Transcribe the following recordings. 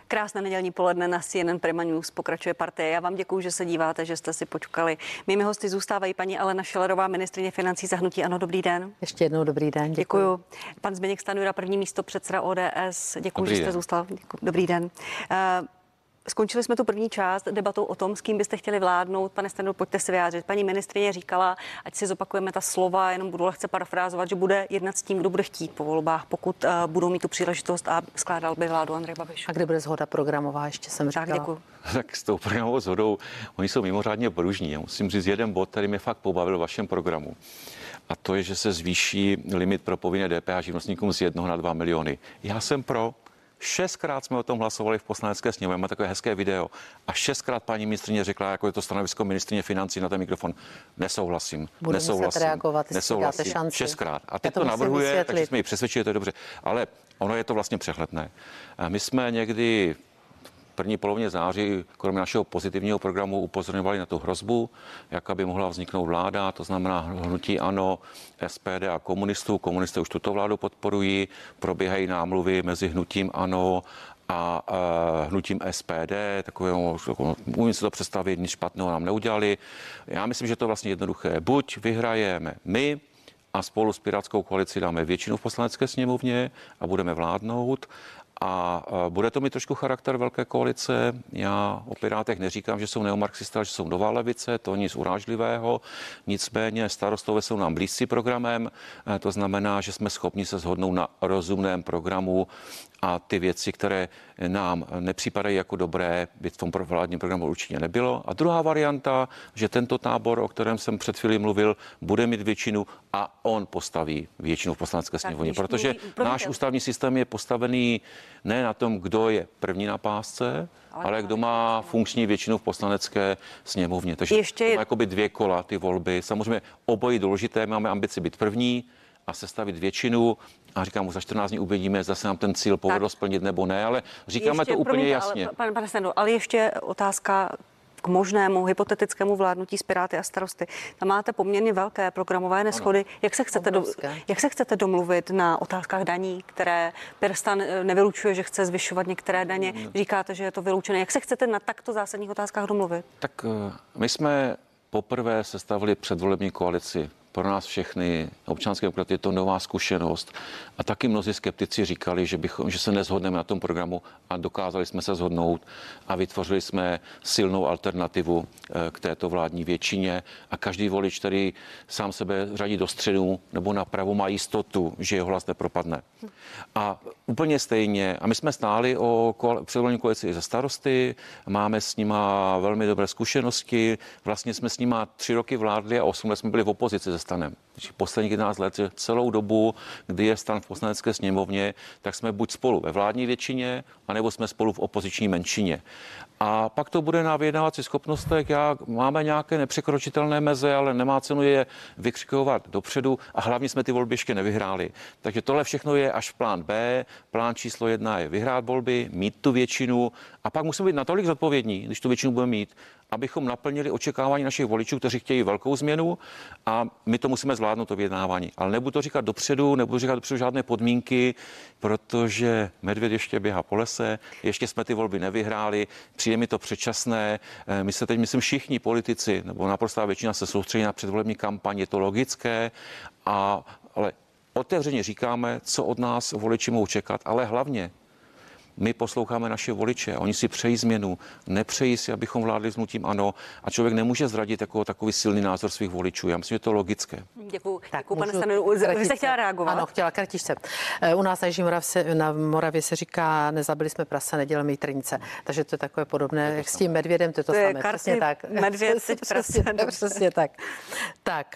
Krásné nedělní poledne na CNN Prima News pokračuje partie. Já vám děkuji, že se díváte, že jste si počkali. Mými hosty zůstávají paní Alena Schillerová, ministryně financí za hnutí ANO. Dobrý den. Ještě jednou dobrý den. Děkuji. Pan Zbyněk Stanjura, první místopředseda ODS. Děkuji, že jste zůstal. Dobrý den. Skončili jsme tu první část debatou o tom, s kým byste chtěli vládnout. Pane Stanjuro, pojďte se vyjádřit. Paní ministryně říkala, ať si zopakujeme ta slova, jenom budu lehce parafrázovat, že bude jednat s tím, kdo bude chtít po volbách, pokud budou mít tu příležitost a skládal by vládu Andrej Babiš. A kde bude shoda programová, ještě jsem říkala. Tak, děkuji. Tak s tou programovou shodou, oni jsou mimořádně pružní. Já musím říct jeden bod, který mě fakt pobavil v vašem programu. A to je, že se zvýší limit pro povinné DPH živnostníkům z 1 na 2 miliony. Já jsem pro. 6krát jsme o tom hlasovali v poslanecké sněmovně, má takové hezké video. A 6krát paní ministryně řekla, jako je to stanovisko ministryně financí na ten mikrofon. Nesouhlasím. Budu muset reagovat, jestli dáte šanci. 6krát. A teď to navrhuje, takže jsme ji přesvědčili, to je dobře. Ale ono je to vlastně přehledné. A my jsme někdy první polovině září, kromě našeho pozitivního programu, upozorňovali na tu hrozbu, jaká by mohla vzniknout vláda, to znamená hnutí ANO, SPD a komunistů. Komunisté už tuto vládu podporují, probíhají námluvy mezi hnutím ANO a hnutím SPD, umím si to představit, nic špatného nám neudělali. Já myslím, že to je vlastně jednoduché. Buď vyhrajeme my, a spolu s Pirátskou koalicí dáme většinu v poslanecké sněmovně a budeme vládnout, a bude to mít trošku charakter velké koalice. Já o Pirátech neříkám, že jsou neomarxisté, ale že jsou nová levice, to nic urážlivého. Nicméně Starostové jsou nám blízcí programem, to znamená, že jsme schopni se shodnout na rozumném programu a ty věci, které nám nepřipadají jako dobré, by v tom vládním programu určitě nebylo. A druhá varianta, že tento tábor, o kterém jsem před chvílí mluvil, bude mít většinu a on postaví většinu v poslanecké sněmovně, protože náš ústavní systém je postavený ne na tom, kdo je první na pásce, ale kdo má funkční většinu v poslanecké sněmovně. Takže to má jakoby 2 kola ty volby. Samozřejmě obojí důležité, máme ambici být první a sestavit většinu. A říkám, mu za 14 dní uvidíme, zase nám ten cíl povedlo splnit nebo ne, ale říkáme to úplně jasně. Pane Stanjuro, ale ještě otázka k možnému hypotetickému vládnutí s Piráty a Starosty. Tam máte poměrně velké programové neshody. Jak se chcete domluvit na otázkách daní, které PirStan nevylučuje, že chce zvyšovat některé daně? Říkáte, že je to vyloučené. Jak se chcete na takto zásadních otázkách domluvit? Tak my jsme poprvé sestavili předvolební koalici. Pro nás všechny občanské demokraty je to nová zkušenost a taky mnozí skeptici říkali, že se neshodneme na tom programu a dokázali jsme se shodnout a vytvořili jsme silnou alternativu k této vládní většině a každý volič, který sám sebe řadí do středu nebo napravo, má jistotu, že jeho hlas nepropadne. A úplně stejně, a my jsme stáli o předvolební koalici i ze Starosty, máme s nima velmi dobré zkušenosti, vlastně jsme s nima 3 roky vládli a 8 let jsme byli v opozici se STANem. Posledních 11 let, že celou dobu, kdy je STAN v poslanecké sněmovně, tak jsme buď spolu ve vládní většině, anebo jsme spolu v opoziční menšině. A pak to bude na vyjednávací schopnostech. Máme nějaké nepřekročitelné meze, ale nemá cenu je vykřikovat dopředu a hlavně jsme ty volby ještě nevyhráli. Takže tohle všechno je až plán B. Plán číslo 1 je vyhrát volby, mít tu většinu a pak musíme být natolik zodpovědní, když tu většinu budeme mít, abychom naplnili očekávání našich voličů, kteří chtějí velkou změnu a my to musíme zvládnout, to vyjednávání. Ale nebudu to říkat dopředu, nebudu říkat dopředu žádné podmínky, protože medvěd ještě běhá po lese, ještě jsme ty volby nevyhráli, přijde mi to předčasné. My se teď, myslím, všichni politici, nebo naprostá většina se soustředí na předvolební kampaň, je to logické, ale otevřeně říkáme, co od nás voliči mohou čekat, ale hlavně my posloucháme naše voliče, oni si přejí změnu, nepřejí si, abychom vládli s hnutím ANO a člověk nemůže zradit jako takový silný názor svých voličů. Já myslím, že to je logické. Děkuji, pane Stanjuro. Vy jste chtěla reagovat? Ano, chtěla kratičce. U nás na Moravě se říká, nezabili jsme prasa, neděláme trnice. Takže to je takové podobné, jak s tím medvědem, to je to samé. Přesně tak. Medvěd, teď prase. Přesně tak. Tak.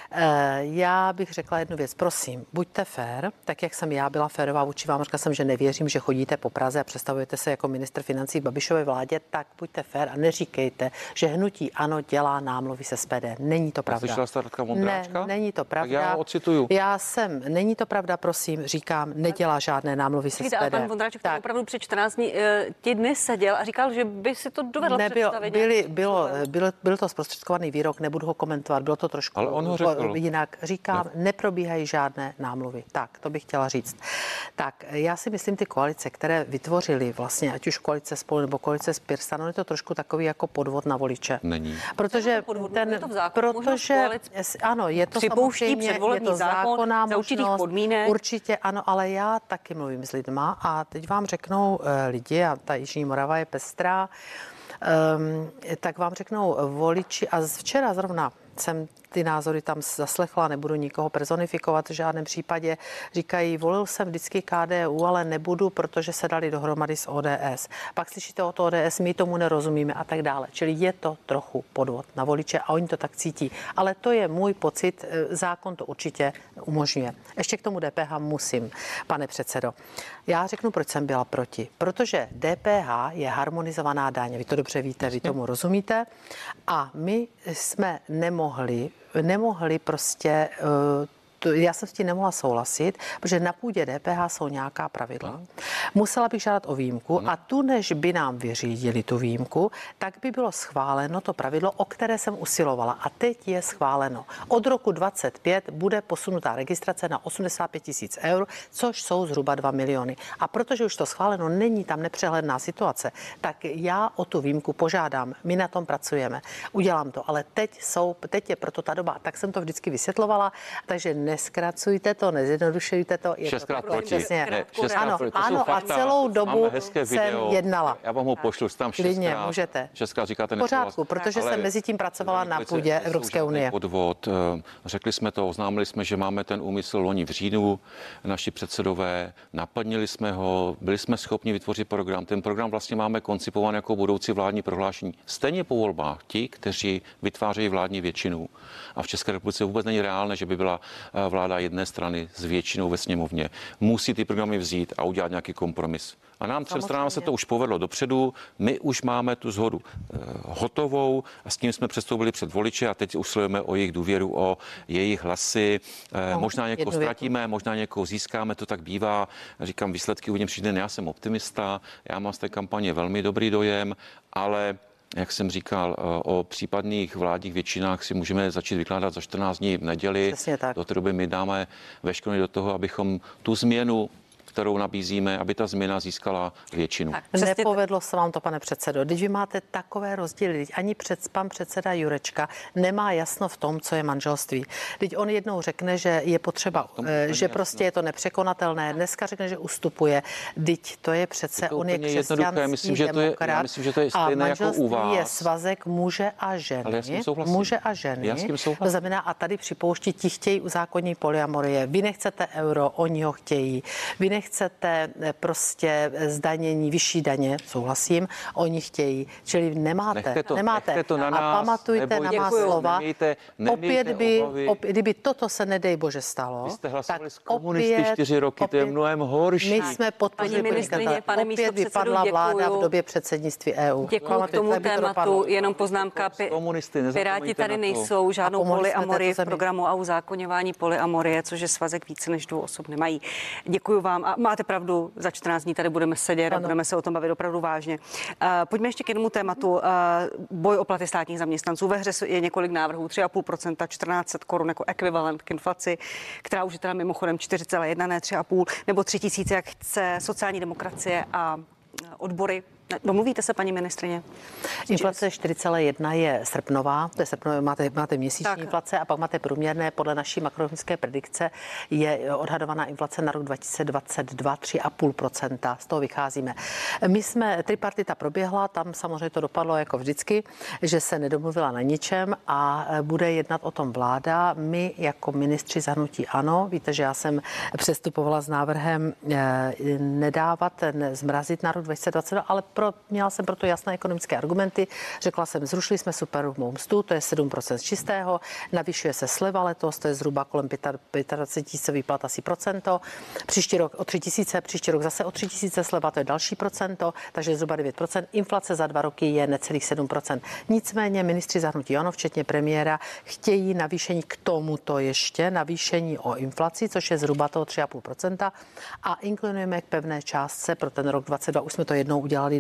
Já bych řekla jednu věc, prosím, buďte fér, tak jak jsem já byla férová vůči vám, řekla jsem, že nevěřím, že chodíte po Praze a představujete se jako ministr financí v Babišově vládě, tak buďte fér a neříkejte, že hnutí ANO dělá námluvy se SPD. Není to pravda. Slyšela jste Radka Vondráčka? Ne, není to pravda. Tak já ho ocituju. Není to pravda, prosím, říkám, nedělá žádné námluvy se SPD. Ale pan Vondráček tam opravdu před 14 dny seděl a říkal, že by si to dovedl představit. Byl to zprostředkovaný výrok, nebudu ho komentovat, bylo to trošku. Ale on ho to řekl. jinak. Říkám, neprobíhají žádné námluvy. Tak, to bych chtěla říct. Tak, já si myslím, ty koalice, které vytvořily vlastně, ať už koalice Spolu nebo koalice s PirSTAN, je to trošku takový jako podvod na voliče. Není. Protože ano, je to samozřejmě, je to zákonná možnost, podmínek. Určitě ano, ale já taky mluvím s lidma a teď vám řeknou lidi, a ta Jižní Morava je pestrá, tak vám řeknou voliči, a včera zrovna jsem ty názory tam zaslechla, nebudu nikoho personifikovat v žádném případě. Říkají, volil jsem vždycky KDU, ale nebudu, protože se dali dohromady s ODS. Pak slyšíte od ODS, my tomu nerozumíme a tak dále. Čili je to trochu podvod na voliče a oni to tak cítí. Ale to je můj pocit, zákon to určitě umožňuje. Ještě k tomu DPH musím, pane předsedo. Já řeknu, proč jsem byla proti. Protože DPH je harmonizovaná daň. Vy to dobře víte, vy tomu rozumíte. A my jsme nemohli prostě, já jsem s tím nemohla souhlasit, protože na půdě DPH jsou nějaká pravidla. Musela bych žádat o výjimku a tu, než by nám vyřídili tu výjimku, tak by bylo schváleno to pravidlo, o které jsem usilovala. A teď je schváleno. Od roku 2025 bude posunutá registrace na 85 000 eur, což jsou zhruba 2 miliony. A protože už to schváleno, není tam nepřehledná situace, tak já o tu výjimku požádám. My na tom pracujeme. Udělám to, ale teď je proto ta doba. Tak jsem to vždycky vysvětlovala, takže neskracujte to, nezjednodušujte to. Šestkrát proti. Ano, a celou dobu jsem jednala. Já vám ho pošlu, tam Klidně, můžete. Šestkrát říkáte v pořádku, protože jsem mezi tím pracovala na půdě Evropské unie. Podvod. Řekli jsme to, oznámili jsme, že máme ten úmysl loni v říjnu, naši předsedové, naplnili jsme ho, byli jsme schopni vytvořit program. Ten program vlastně máme koncipovaný jako budoucí vládní prohlášení. Stejně po volbách ti, kteří vytvářejí vládní většinu. A v České republice vůbec není reálné, že by byla vláda jedné strany s většinou ve sněmovně. Musí ty programy vzít a udělat nějaký kompromis. A nám třem stranám se to už povedlo dopředu. My už máme tu shodu hotovou a s tím jsme předstoupili před voliče a teď usilujeme o jejich důvěru, o jejich hlasy. Možná někoho ztratíme, možná někoho získáme, to tak bývá. Říkám, výsledky uvidím příští den. Já jsem optimista, já mám z té kampaně velmi dobrý dojem, ale jak jsem říkal, o případných vládních většinách si můžeme začít vykládat za 14 dní v neděli. Do té doby my dáme veškeré do toho, abychom tu změnu, kterou nabízíme, aby ta změna získala většinu. Nepovedlo se vám to, pane předsedo. Když vy máte takové rozdíly, ani pan předseda Jurečka nemá jasno v tom, co je manželství. Teď on jednou řekne, že je potřeba, že prostě je to nepřekonatelné. Dneska řekne, že ustupuje. Teď to je přece, on je křesťanský demokrat. Myslím, že to je stejné jako u vás. Je svazek muže a ženy. Ale já s tím souhlasím. Muže a ženy. To znamená, a tady připouští, ti chtějí uzákonní polyamorie. Vy nechcete euro, oni ho chtějí. Vy nechcete prostě zdanění, vyšší daně, souhlasím, oni chtějí. Čili nemáte. To na nás, a pamatujte na má slova. Opět kdyby toto se nedej bože stalo, vy jste hlasovali s komunisty 4 roky, to je mnohem horší. My jsme podpořili podnikatele. Opět vypadla vláda v době předsednictví EU. Děkuji k tomu tématu, jenom poznámka. Piráti tady nejsou, žádnou polyamorii v programu a uzákoňování polyamorie, což je svazek více než 2 osob nemají. Děkuji vám a máte pravdu, za 14 dní tady budeme sedět a budeme se o tom bavit opravdu vážně. Pojďme ještě k jednomu tématu. Boj o platy státních zaměstnanců. Ve hře je několik návrhů, 3,5%, 1400 korun jako ekvivalent k inflaci, která už je teda mimochodem 4,1, ne 3,5, nebo 3 000, jak chce sociální demokracie a odbory. Domluvíte se, paní ministryně? Inflace 4,1 je srpnová, to je srpnová, máte měsíční inflace a pak máte průměrné, podle naší makroekonomické predikce je odhadovaná inflace na rok 2022 3,5%, z toho vycházíme. My jsme, tripartita proběhla, tam samozřejmě to dopadlo jako vždycky, že se nedomluvila na ničem a bude jednat o tom vláda. My jako ministři za hnutí ANO, víte, že já jsem přestupovala s návrhem zmrazit na rok 2022, ale měla jsem proto jasné ekonomické argumenty. Řekla jsem, zrušili jsme superhrubou mzdu, to je 7% čistého, navyšuje se sleva letos, to je zhruba kolem 25 000 výplat asi procento. Příští rok o 3 000, příští rok zase o 3 000 sleva, to je další procento, takže zhruba 9%. Inflace za 2 roky je necelých 7%. Nicméně ministři za hnutí ANO, včetně premiéra, chtějí navýšení k tomuto ještě, navýšení o inflaci, což je zhruba toho 3,5% a inklinujeme k pevné částce pro ten rok 2022. Už jsme to jednou udělali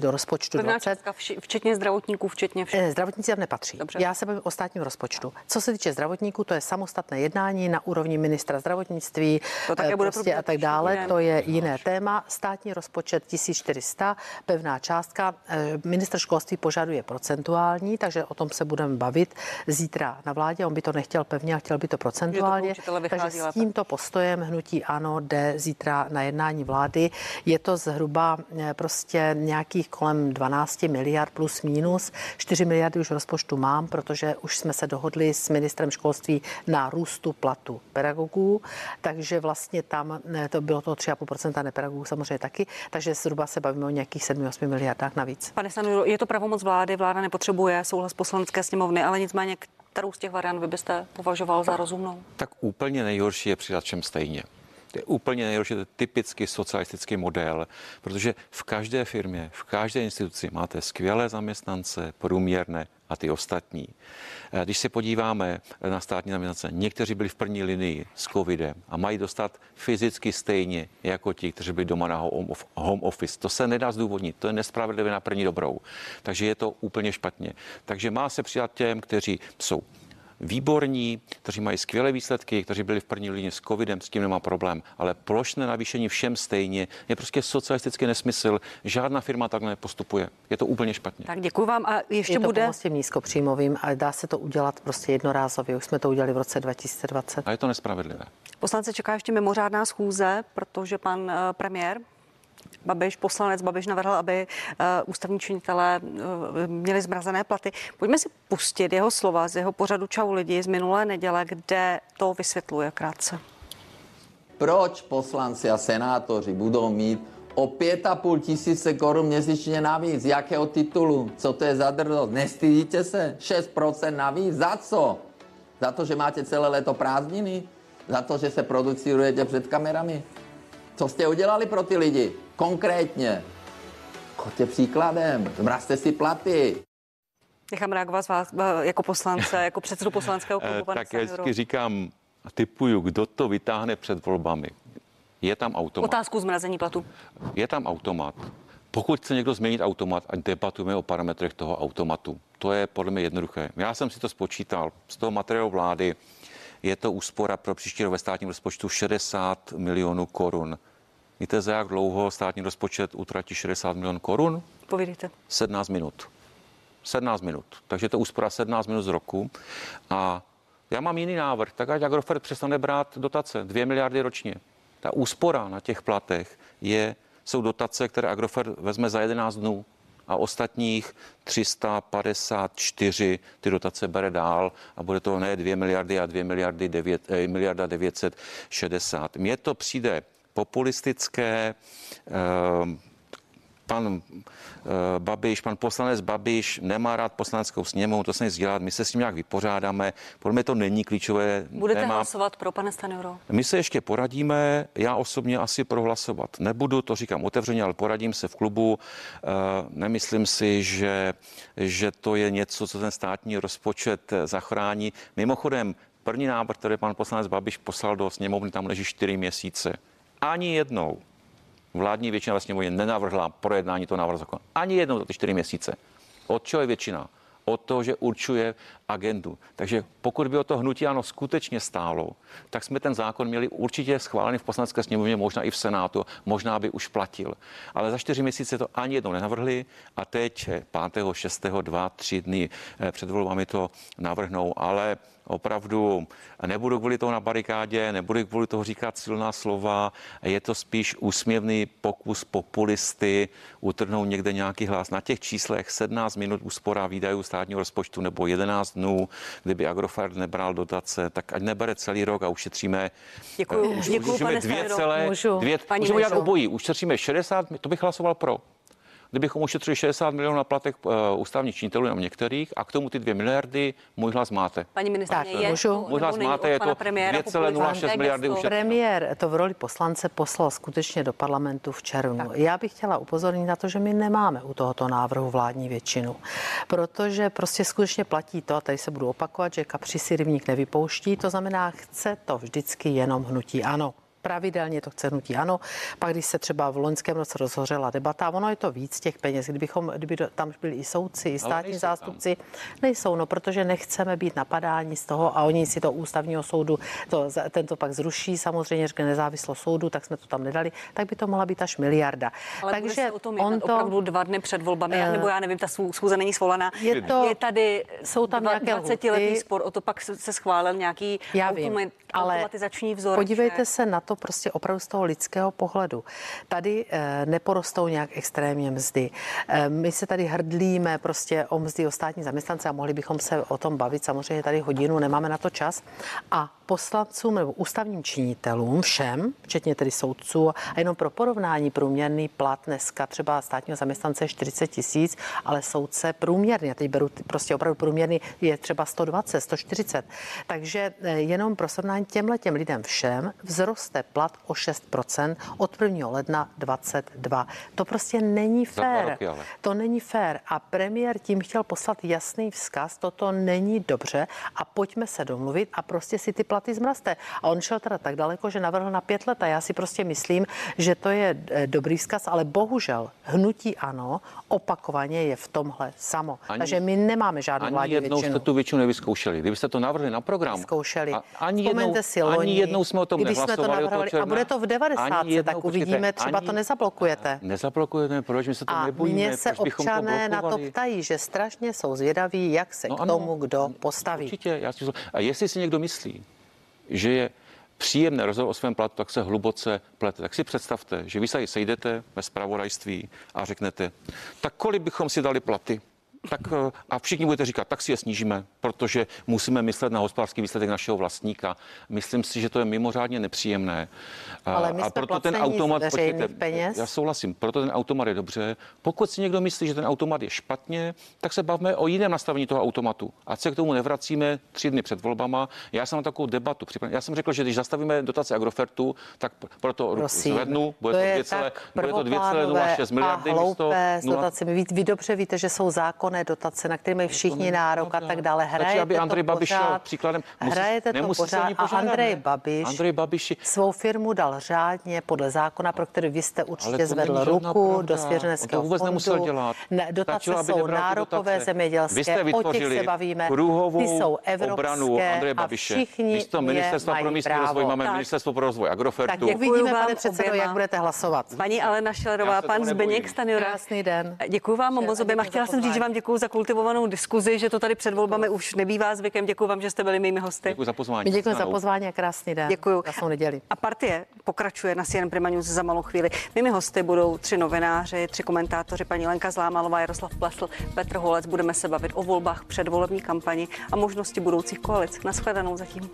do rozpočtu Pevná 20. částka, včetně zdravotníků, včetně všech. Zdravotníci tam nepatří. Dobře. Já se bavím o státním rozpočtu. Co se týče zdravotníků, to je samostatné jednání na úrovni ministra zdravotnictví To také bude prostě a tak dále. To je jiné téma. Státní rozpočet 1400, pevná částka. Ministr školství požaduje procentuální, takže o tom se budeme bavit zítra na vládě. On by to nechtěl pevně, a chtěl by to procentuálně. Takže s tímto postojem hnutí ANO jde zítra na jednání vlády. Je to zhruba prostě nějakých kolem 12 miliard plus minus. 4 miliardy už v rozpočtu mám, protože už jsme se dohodli s ministrem školství na růstu platu pedagogů, takže vlastně tam to bylo to 3,5% nepedagogů samozřejmě taky, takže zhruba se bavíme o nějakých 7-8 miliardách navíc. Pane Stanjuro, je to pravomoc vlády, vláda nepotřebuje souhlas poslanecké sněmovny, ale nicméně kterou z těch variant vy byste považoval za rozumnou? Tak úplně nejhorší je přidat všem stejně. To je úplně nejhorší, to je typický socialistický model, protože v každé firmě, v každé instituci máte skvělé zaměstnance, průměrné a ty ostatní. Když se podíváme na státní zaměstnance, někteří byli v první linii s covidem a mají dostat fyzicky stejně jako ti, kteří byli doma na home office. To se nedá zdůvodnit, to je nespravedlivé na první dobrou. Takže je to úplně špatně. Takže má se přidat těm, kteří jsou výborní, kteří mají skvělé výsledky, kteří byli v první linii s covidem, s tím nemá problém, ale plošné navýšení všem stejně je prostě socialistický nesmysl. Žádná firma takhle nepostupuje. Je to úplně špatně. Tak děkuji vám a ještě je to bude pomoc těm nízkopříjmovým, ale dá se to udělat prostě jednorázově. Už jsme to udělali v roce 2020. A je to nespravedlivé. Poslance čeká ještě mimořádná schůze, protože pan premiér poslanec Babiš navrhl, aby ústavní činitelé měli zmrazené platy. Pojďme si pustit jeho slova z jeho pořadu Čau lidi z minulé neděle, kde to vysvětluje krátce. Proč poslanci a senátoři budou mít o 5,5 tisíce korun měsíčně navíc? Z jakého titulu? Co to je za drzost? Nestydíte se? 6% navíc? Za co? Za to, že máte celé léto prázdniny? Za to, že se producujete před kamerami? Co jste udělali pro ty lidi? Konkrétně. Choďte příkladem. Zmrazte si platy. Nechám reagovat vás jako poslance, jako předsedu poslaneckého klubu. Tak já vždycky říkám, typuju, kdo to vytáhne před volbami. Je tam automat. Otázku zmrazení platu. Je tam automat. Pokud chce někdo změnit automat, ať debatujeme o parametrech toho automatu. To je podle mě jednoduché. Já jsem si to spočítal. Z toho materiálu vlády je to úspora pro příští rok ve státním rozpočtu 60 milionů korun. Víte, za jak dlouho státní rozpočet utratí 60 milionů korun? Povídejte. 17 minut. 17 minut. Takže to úspora 17 minut z roku. A já mám jiný návrh. Tak ať Agrofert přestane brát dotace. 2 miliardy ročně. Ta úspora na těch platech jsou dotace, které Agrofert vezme za 11 dnů a ostatních 354 ty dotace bere dál a bude to ne 2 miliardy a 2 miliardy 960. Mně to přijde populistické. Pan poslanec Babiš nemá rád poslaneckou sněmovnu, to se nic dělat, my se s tím nějak vypořádáme, podle mě to není klíčové Budete téma. hlasovat pro, pane Stanjuro? My se ještě poradíme, já osobně asi prohlasovat nebudu, to říkám otevřeně, ale poradím se v klubu. Nemyslím si, že to je něco, co ten státní rozpočet zachrání. Mimochodem, první návrh, který pan poslanec Babiš poslal do sněmovny, tam leží 4 měsíce. Ani jednou vládní většina ve sněmovně nenavrhla projednání toho návrhu zákona. Ani jednou za ty 4 měsíce. Od čeho je většina? Od toho, že určuje agendu. Takže pokud by o to hnutí ANO skutečně stálo, tak jsme ten zákon měli určitě schválený v poslanecké sněmovně, možná i v Senátu, možná by už platil. Ale za 4 měsíce to ani jednou nenavrhli a teď 5., 6., 2, 3 dny před volbami to navrhnou, ale opravdu nebudu kvůli toho na barikádě, nebudu kvůli toho říkat silná slova, je to spíš úsměvný pokus populisty utrhnout někde nějaký hlas. Na těch číslech 17 minut úspora výdajů státního rozpočtu nebo 11 dnů, kdyby Agrofert nebral dotace, tak ať nebere celý rok a ušetříme. Děkuji, pane Stanjuro. Můžeme udělat obojí. Ušetříme 60, to bych hlasoval pro. Kdybychom ušetřili 60 milionů na platech ústavních činitelů na některých a k tomu ty 2 miliardy, můj hlas máte. Paní ministryně, Můj hlas máte, je to 2,06 miliardy ušetřeno. Premiér to v roli poslance poslal skutečně do parlamentu v červnu. Tak. Já bych chtěla upozornit na to, že my nemáme u tohoto návrhu vládní většinu, protože prostě skutečně platí to, a tady se budu opakovat, že kapři si rybník nevypouští, to znamená, chce to vždycky jenom hnutí ANO. pravidelně to chce hnutí ANO. Pak, když se třeba v loňském roce rozhořela debata, ono je to víc těch peněz, kdyby tam byli i soudci, i státní zástupci, nejsou, no, protože nechceme být napadáni z toho a oni si to ústavního soudu, tento pak zruší, samozřejmě řekne nezávislost soudu, tak jsme to tam nedali, tak by to mohla být až miliarda. Ale takže se o tom jednat opravdu 2 dny před volbami, nebo já nevím, ta schůze není svolaná. Je tady jsou tam nějaké 20letý spor, o to pak se schválil nějaký automatizační vzor. Podívejte se na to prostě opravdu z toho lidského pohledu. Tady neporostou nějak extrémně mzdy. My se tady hrdlíme prostě o mzdy o státní zaměstnance a mohli bychom se o tom bavit. Samozřejmě tady hodinu, nemáme na to čas. A poslancům nebo ústavním činitelům všem, včetně tedy soudců, a jenom pro porovnání průměrný plat dneska třeba státního zaměstnance je 40 000, ale soudce průměrný, a teď beru prostě opravdu průměrný, je třeba 120, 140. Takže jenom pro srovnání těmhletěm lidem všem vzroste plat o 6% od 1. ledna 22. To prostě není fér. To není fér. A premiér tím chtěl poslat jasný vzkaz, toto není dobře a pojďme se domluvit a prostě si ty platy zmrazte. A on šel teda tak daleko, že navrhl na 5 let a já si prostě myslím, že to je dobrý vzkaz, ale bohužel hnutí ANO opakovaně je v tomhle samo. Takže my nemáme žádnou vládní většinu. Ani jednou jste tu většinu nevyzkoušeli. Kdybyste to navrhli na program. Zkoušeli. Ani jednou jsme o tom nehlasovali. A bude to v 90, tak uvidíme, třeba to nezablokujete. Nezablokujeme, proč? My se to nebojíme. A mě se občané na to ptají, že strašně jsou zvědaví, jak se k tomu kdo postaví. Určitě. A jestli si někdo myslí, že je příjemné rozhodovat o svém platu, tak se hluboce plete. Tak si představte, že vy se sejdete ve zpravodajství a řeknete, tak kolik bychom si dali platy? Tak a všichni budete říkat, tak si je snížíme, protože musíme myslet na hospodářský výsledek našeho vlastníka. Myslím si, že to je mimořádně nepříjemné. Ale my a proto ten automat, peněz. Já souhlasím, proto ten automat je dobře. Pokud si někdo myslí, že ten automat je špatně, tak se bavme o jiném nastavení toho automatu. Ať se k tomu nevracíme 3 dny před volbama. Já jsem na takovou debatu připraven. Já jsem řekl, že když zastavíme dotace Agrofertu, tak proto zvednu, bude to 2,06 miliardy místo 0. Vy dobře víte, že jsou zákonné dotace, na které mají všichni nárok a tak dále. Hrajete Andrej to Babiš pořád, příkladem. Hrajete to pořád a Andrej Babiš svou firmu dal řádně podle zákona, pro který vy jste určitě zvedl ruku do svěřeneckého fondu. Nemusel dělat. Dotace jsou nárokové zemědělské, o těch se bavíme. Ty jsou evropské a všichni Ministerstva pro místní rozvoj máme Ministerstvo pro rozvoj Agrofertu. Tak uvidíme, pane předsedo, jak budete hlasovat. Paní Alena Schillerová, pan Zbyněk Stanjura. Krásný den. Děkuji vám moc oběma. Chtěla jsem říct, že vám děkuji za kultivovanou diskuzi, že to tady před volbami už nebývá zvykem. Děkuji vám, že jste byli mými hosty. Děkuji za pozvání. Děkuji za pozvání a krásný den. Děkuji. Krásnou neděli. A partie pokračuje na CNN Prima News za malou chvíli. Mými hosty budou 3 novináři, 3 komentátoři, paní Lenka Zlámalová, Jaroslav Plasl, Petr Holec. Budeme se bavit o volbách, předvolební kampani a možnosti budoucích koalic. Naschledanou zatím.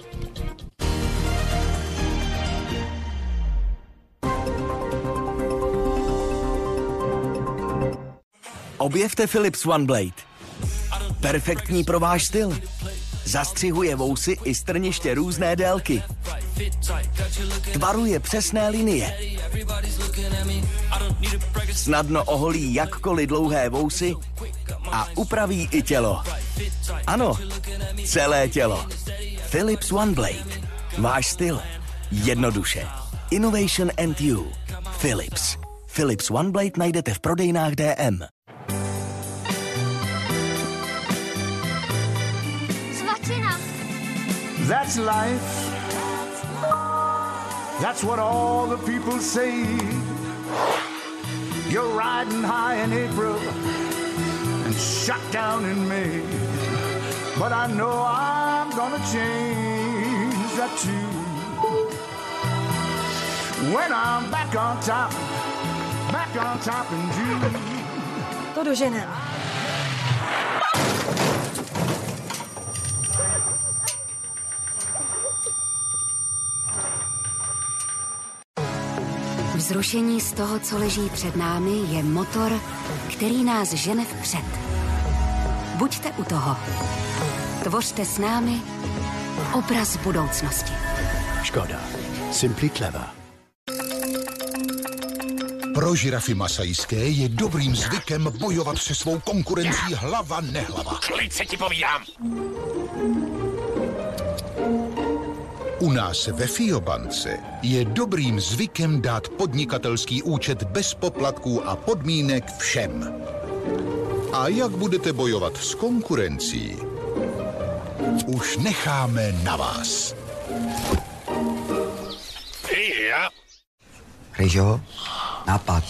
Objevte Philips OneBlade. Perfektní pro váš styl. Zastřihuje vousy i strniště různé délky. Tvaruje přesné linie. Snadno oholí jakkoliv dlouhé vousy a upraví i tělo. Ano, celé tělo. Philips OneBlade. Váš styl. Jednoduše. Innovation and you. Philips. Philips OneBlade najdete v prodejnách DM. That's life. That's what all the people say. You're riding high in April and shut down in May. But I know I'm gonna change that too. When I'm back on top in June. To doženem. Vzrušení z toho, co leží před námi, je motor, který nás žene vpřed. Buďte u toho. Tvořte s námi obraz budoucnosti. Škoda. Simply clever. Pro žirafy masajské je dobrým zvykem bojovat se svou konkurencí hlava nehlava. Klid se ti povídám. U nás ve FIOBance je dobrým zvykem dát podnikatelský účet bez poplatků a podmínek všem. A jak budete bojovat s konkurencí, už necháme na vás. Ryžo, nápad.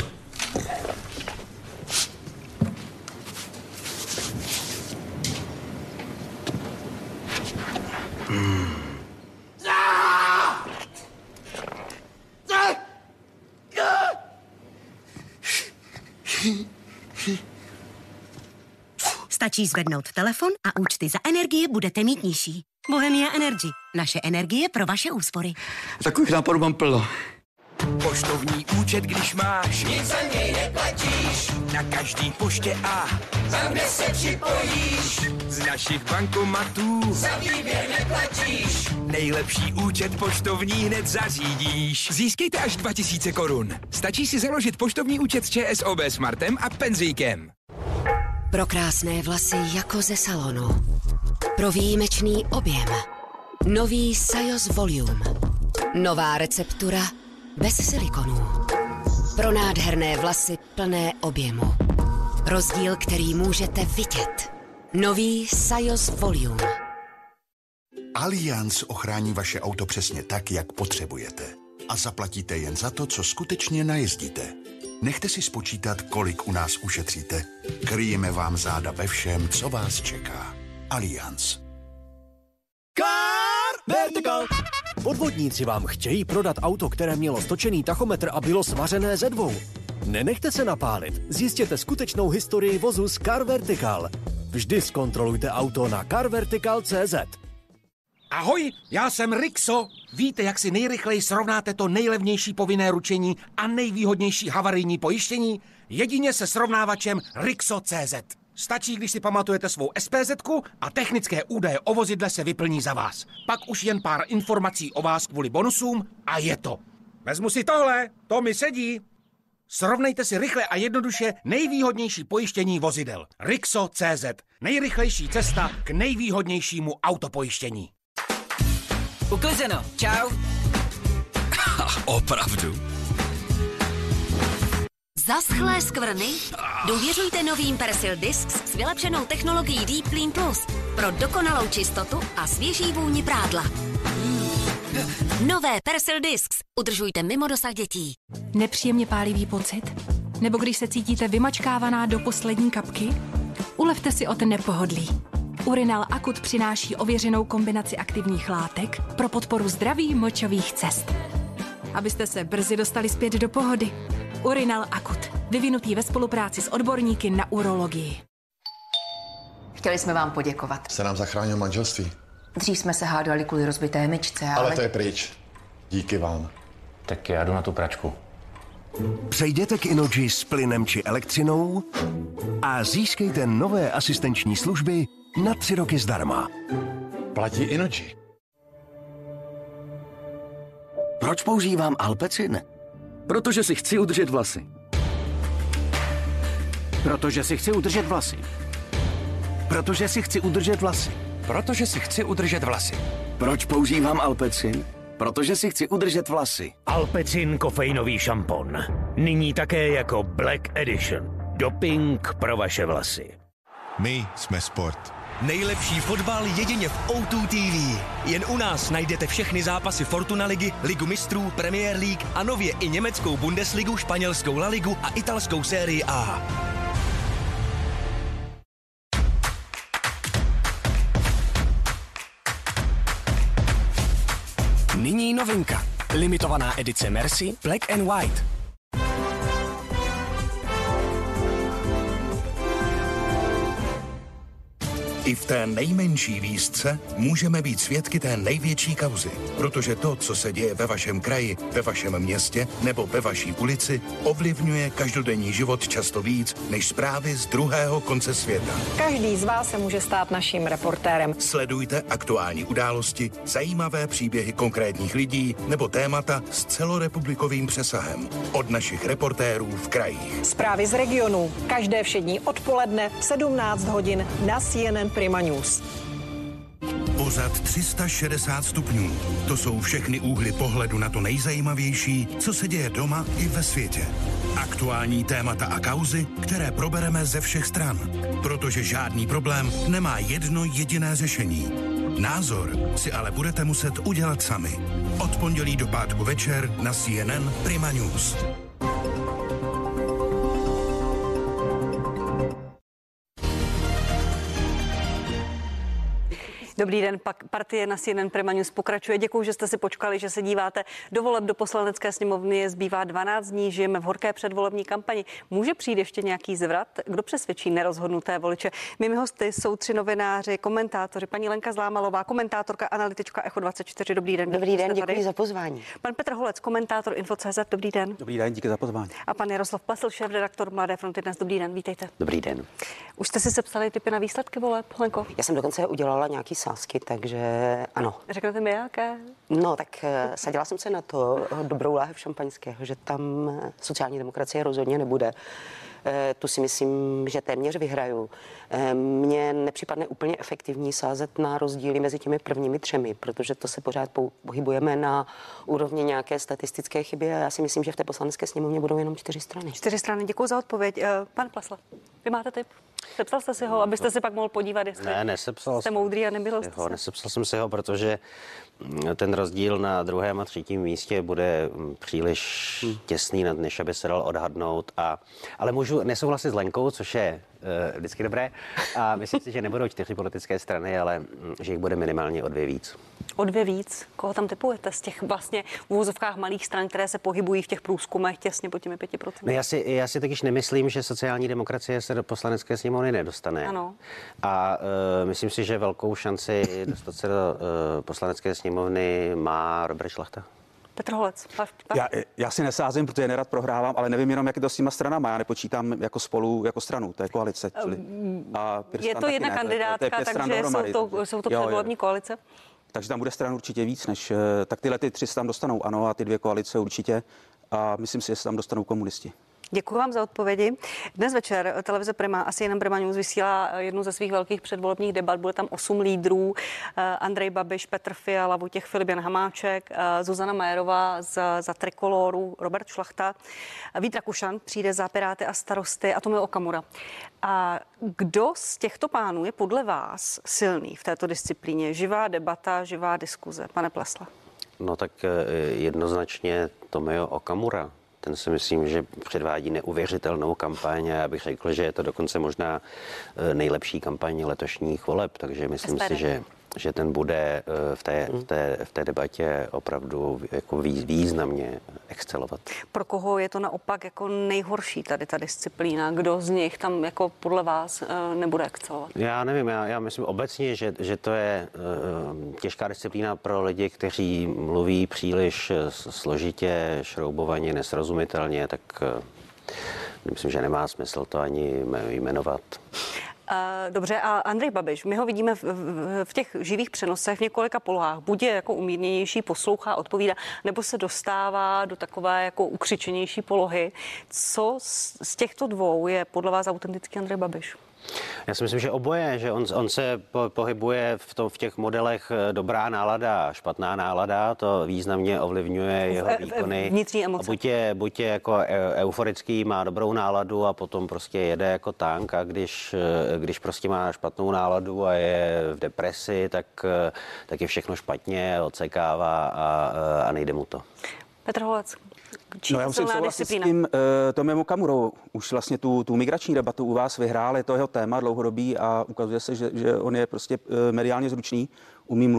Stačí zvednout telefon a účty za energie budete mít nižší. Bohemia Energy. Naše energie pro vaše úspory. Takových nápadů mám plno. Poštovní účet, když máš, nic za něj neplatíš. Na každý poště a tam, kde se připojíš. Z našich bankomatů za výběr neplatíš. Nejlepší účet poštovní hned zařídíš. Získejte až 2000 korun. Stačí si založit poštovní účet s ČSOB Smartem a penzíkem. Pro krásné vlasy jako ze salonu. Pro výjimečný objem. Nový Sajos Volume. Nová receptura bez silikonů. Pro nádherné vlasy plné objemu. Rozdíl, který můžete vidět. Nový Sajos Volume. Allianz ochrání vaše auto přesně tak, jak potřebujete. A zaplatíte jen za to, co skutečně najezdíte. Nechte si spočítat, kolik u nás ušetříte. Kryjeme vám záda ve všem, co vás čeká. Allianz. Car Vertical! Podvodníci vám chtějí prodat auto, které mělo stočený tachometr a bylo svařené ze dvou. Nenechte se napálit. Zjistěte skutečnou historii vozu z Car Vertical. Vždy zkontrolujte auto na carvertical.cz. Ahoj, já jsem Rixo. Víte, jak si nejrychleji srovnáte to nejlevnější povinné ručení a nejvýhodnější havarijní pojištění? Jedině se srovnávačem Rixo.cz. Stačí, když si pamatujete svou SPZ-ku a technické údaje o vozidle se vyplní za vás. Pak už jen pár informací o vás kvůli bonusům a je to. Vezmu si tohle, to mi sedí. Srovnejte si rychle a jednoduše nejvýhodnější pojištění vozidel. Rixo.cz. Nejrychlejší cesta k nejvýhodnějšímu autopojištění. Uklizeno, čau. Opravdu? Zaschlé skvrny? Důvěřujte novým Persil Discs s vylepšenou technologií Deep Clean Plus pro dokonalou čistotu a svěží vůni prádla. Nové Persil Discs udržujte mimo dosah dětí. Nepříjemně pálivý pocit? Nebo když se cítíte vymačkávaná do poslední kapky? Ulevte si od nepohodlí. Urinal Akut přináší ověřenou kombinaci aktivních látek pro podporu zdraví močových cest. Abyste se brzy dostali zpět do pohody. Urinal Akut. Vyvinutý ve spolupráci s odborníky na urologii. Chtěli jsme vám poděkovat. Se nám zachránil manželství. Dřív jsme se hádali kvůli rozbité myčce, ale to je pryč. Díky vám. Tak já jdu na tu pračku. Přejděte k Inoji s plynem či elektřinou a získejte nové asistenční služby na 3 roky zdarma. Platí Inoji. Proč používám Alpecin? Protože si chci udržet vlasy. Protože si chci udržet vlasy. Protože si chci udržet vlasy. Protože si chci udržet vlasy. Proč používám Alpecin? Protože si chci udržet vlasy. Alpecin kofeinový šampon. Nyní také jako Black Edition. Doping pro vaše vlasy. My jsme sport. Nejlepší fotbal jedině v O2 TV. Jen u nás najdete všechny zápasy Fortuna ligy, Ligu mistrů, Premier League a nově i německou Bundesligu, španělskou La Ligu a italskou sérii A. Nyní novinka. Limitovaná edice Mercy Black and White. I v té nejmenší výzce můžeme být svědky té největší kauzy, protože to, co se děje ve vašem kraji, ve vašem městě nebo ve vaší ulici, ovlivňuje každodenní život často víc než zprávy z druhého konce světa. Každý z vás se může stát naším reportérem. Sledujte aktuální události, zajímavé příběhy konkrétních lidí nebo témata s celorepublikovým přesahem od našich reportérů v krajích. Zprávy z regionů. Každé všední odpoledne v 17 hodin na CNN Prima News. Pořad 360 stupňů. To jsou všechny úhly pohledu na to nejzajímavější, co se děje doma i ve světě. Aktuální témata a kauzy, které probereme ze všech stran. Protože žádný problém nemá jedno jediné řešení. Názor si ale budete muset udělat sami. Od pondělí do pátku večer na CNN Prima News. Dobrý den, pak partie na CNN Prima News pokračuje. Děkuji, že jste si počkali, že se díváte do voleb do Poslanecké sněmovny. Zbývá 12 dní, žijeme v horké předvolební kampani. Může přijít ještě nějaký zvrat? Kdo přesvědčí nerozhodnuté voliče? Mými hosty jsou 3 novináři, komentátoři. Paní Lenka Zlámalová, komentátorka, analytička Echo24. Dobrý den. Dobrý den, děkuji za pozvání. Pan Petr Holec, komentátor Info.cz. Dobrý den. Dobrý den, díky za pozvání. A pan Jaroslav Plesl, šéf-redaktor Mladé fronty Dnes. Dobrý den, vítejte. Dobrý den. Už jste si sepsali tipy na výsledky voleb, Lenko? Já jsem dokonce udělala nějaký sázky, takže ano. Řeknete mi jaké? No, tak sadila jsem se na to dobrou láhev šampaňského, že tam sociální demokracie rozhodně nebude. Tu si myslím, že téměř vyhraju. Mně nepřipadne úplně efektivní sázet na rozdíly mezi těmi prvními 3, protože to se pořád pohybujeme na úrovni nějaké statistické chyby a já si myslím, že v té poslanecké sněmovně budou jenom 4 strany. 4 strany, děkuji za odpověď. Pan Plesl, vy máte tip? Sepsal jste si ho, abyste si pak mohl podívat, jestli jste moudrý a nebyl jste se? Nesepsal jsem si ho, protože ten rozdíl na 2. a 3. místě bude příliš těsný, než aby se dal odhadnout. Ale můžu nesouhlasit s Lenkou, což je vždycky dobré. A myslím si, že nebudou 4 politické strany, ale že jich bude minimálně o 2 víc. O 2 víc? Koho tam tipujete z těch vlastně v uvozovkách malých stran, které se pohybují v těch průzkumech těsně pod těmi 5%? No já si takyž nemyslím, že sociální demokracie se do poslanecké sněmovny nedostane. Ano. A myslím si, že velkou šanci dostat se do poslanecké sněmovny má Robert Šlachta. Petr Holec. Já si nesázím, protože nerad prohrávám, ale nevím jenom, jak je to s těma stranama. Já nepočítám jako spolu, jako stranu, to je koalice. Je to jedna kandidátka, takže jsou to předvolební koalice? Takže tam bude stran určitě víc, než tak tyhle 3 se tam dostanou, ano, a ty 2 koalice určitě. A myslím si, že se tam dostanou komunisti. Děkuji vám za odpovědi. Dnes večer televize Prima, asi jenom Prima News, vysílá jednu ze svých velkých předvolebních debat. Bude tam 8 lídrů. Andrej Babiš, Petr Fiala, Vojtěch Filip, Jan Hamáček, Zuzana Majerová za Trikoloru, Robert Šlachta, Vít Rakušan přijde za Piráty a Starosty a Tomio Okamura. A kdo z těchto pánů je podle vás silný v této disciplíně? Živá debata, živá diskuze. Pane Plesle. No tak jednoznačně Tomio Okamura. Ten si myslím, že předvádí neuvěřitelnou kampaň a já bych řekl, že je to dokonce možná nejlepší kampaň letošních voleb, takže myslím si, že ten bude v té debatě opravdu jako významně excelovat. Pro koho je to naopak jako nejhorší tady ta disciplína? Kdo z nich tam jako podle vás nebude excelovat? Já nevím, já myslím obecně, že to je těžká disciplína pro lidi, kteří mluví příliš složitě, šroubovaně, nesrozumitelně, tak myslím, že nemá smysl to ani jmenovat. Dobře, a Andrej Babiš, my ho vidíme v těch živých přenosech v několika polohách. Buď je jako umírněnější, poslouchá, odpovídá, nebo se dostává do takové jako ukřičenější polohy. Co z těchto 2 je podle vás autentický Andrej Babiš? Já si myslím, že oboje, že on se pohybuje v těch modelech dobrá nálada, špatná nálada, to významně ovlivňuje jeho výkony. Vnitřní emoce. Buď je jako euforický, má dobrou náladu a potom prostě jede jako tank a když prostě má špatnou náladu a je v depresi, tak je všechno špatně, odsekává a nejde mu to. Petr Holec. No já musím souhlasit s tím Tomiem Okamurou. Už vlastně tu migrační debatu u vás vyhrál, je to jeho téma dlouhodobý a ukazuje se, že on je prostě mediálně zručný, umí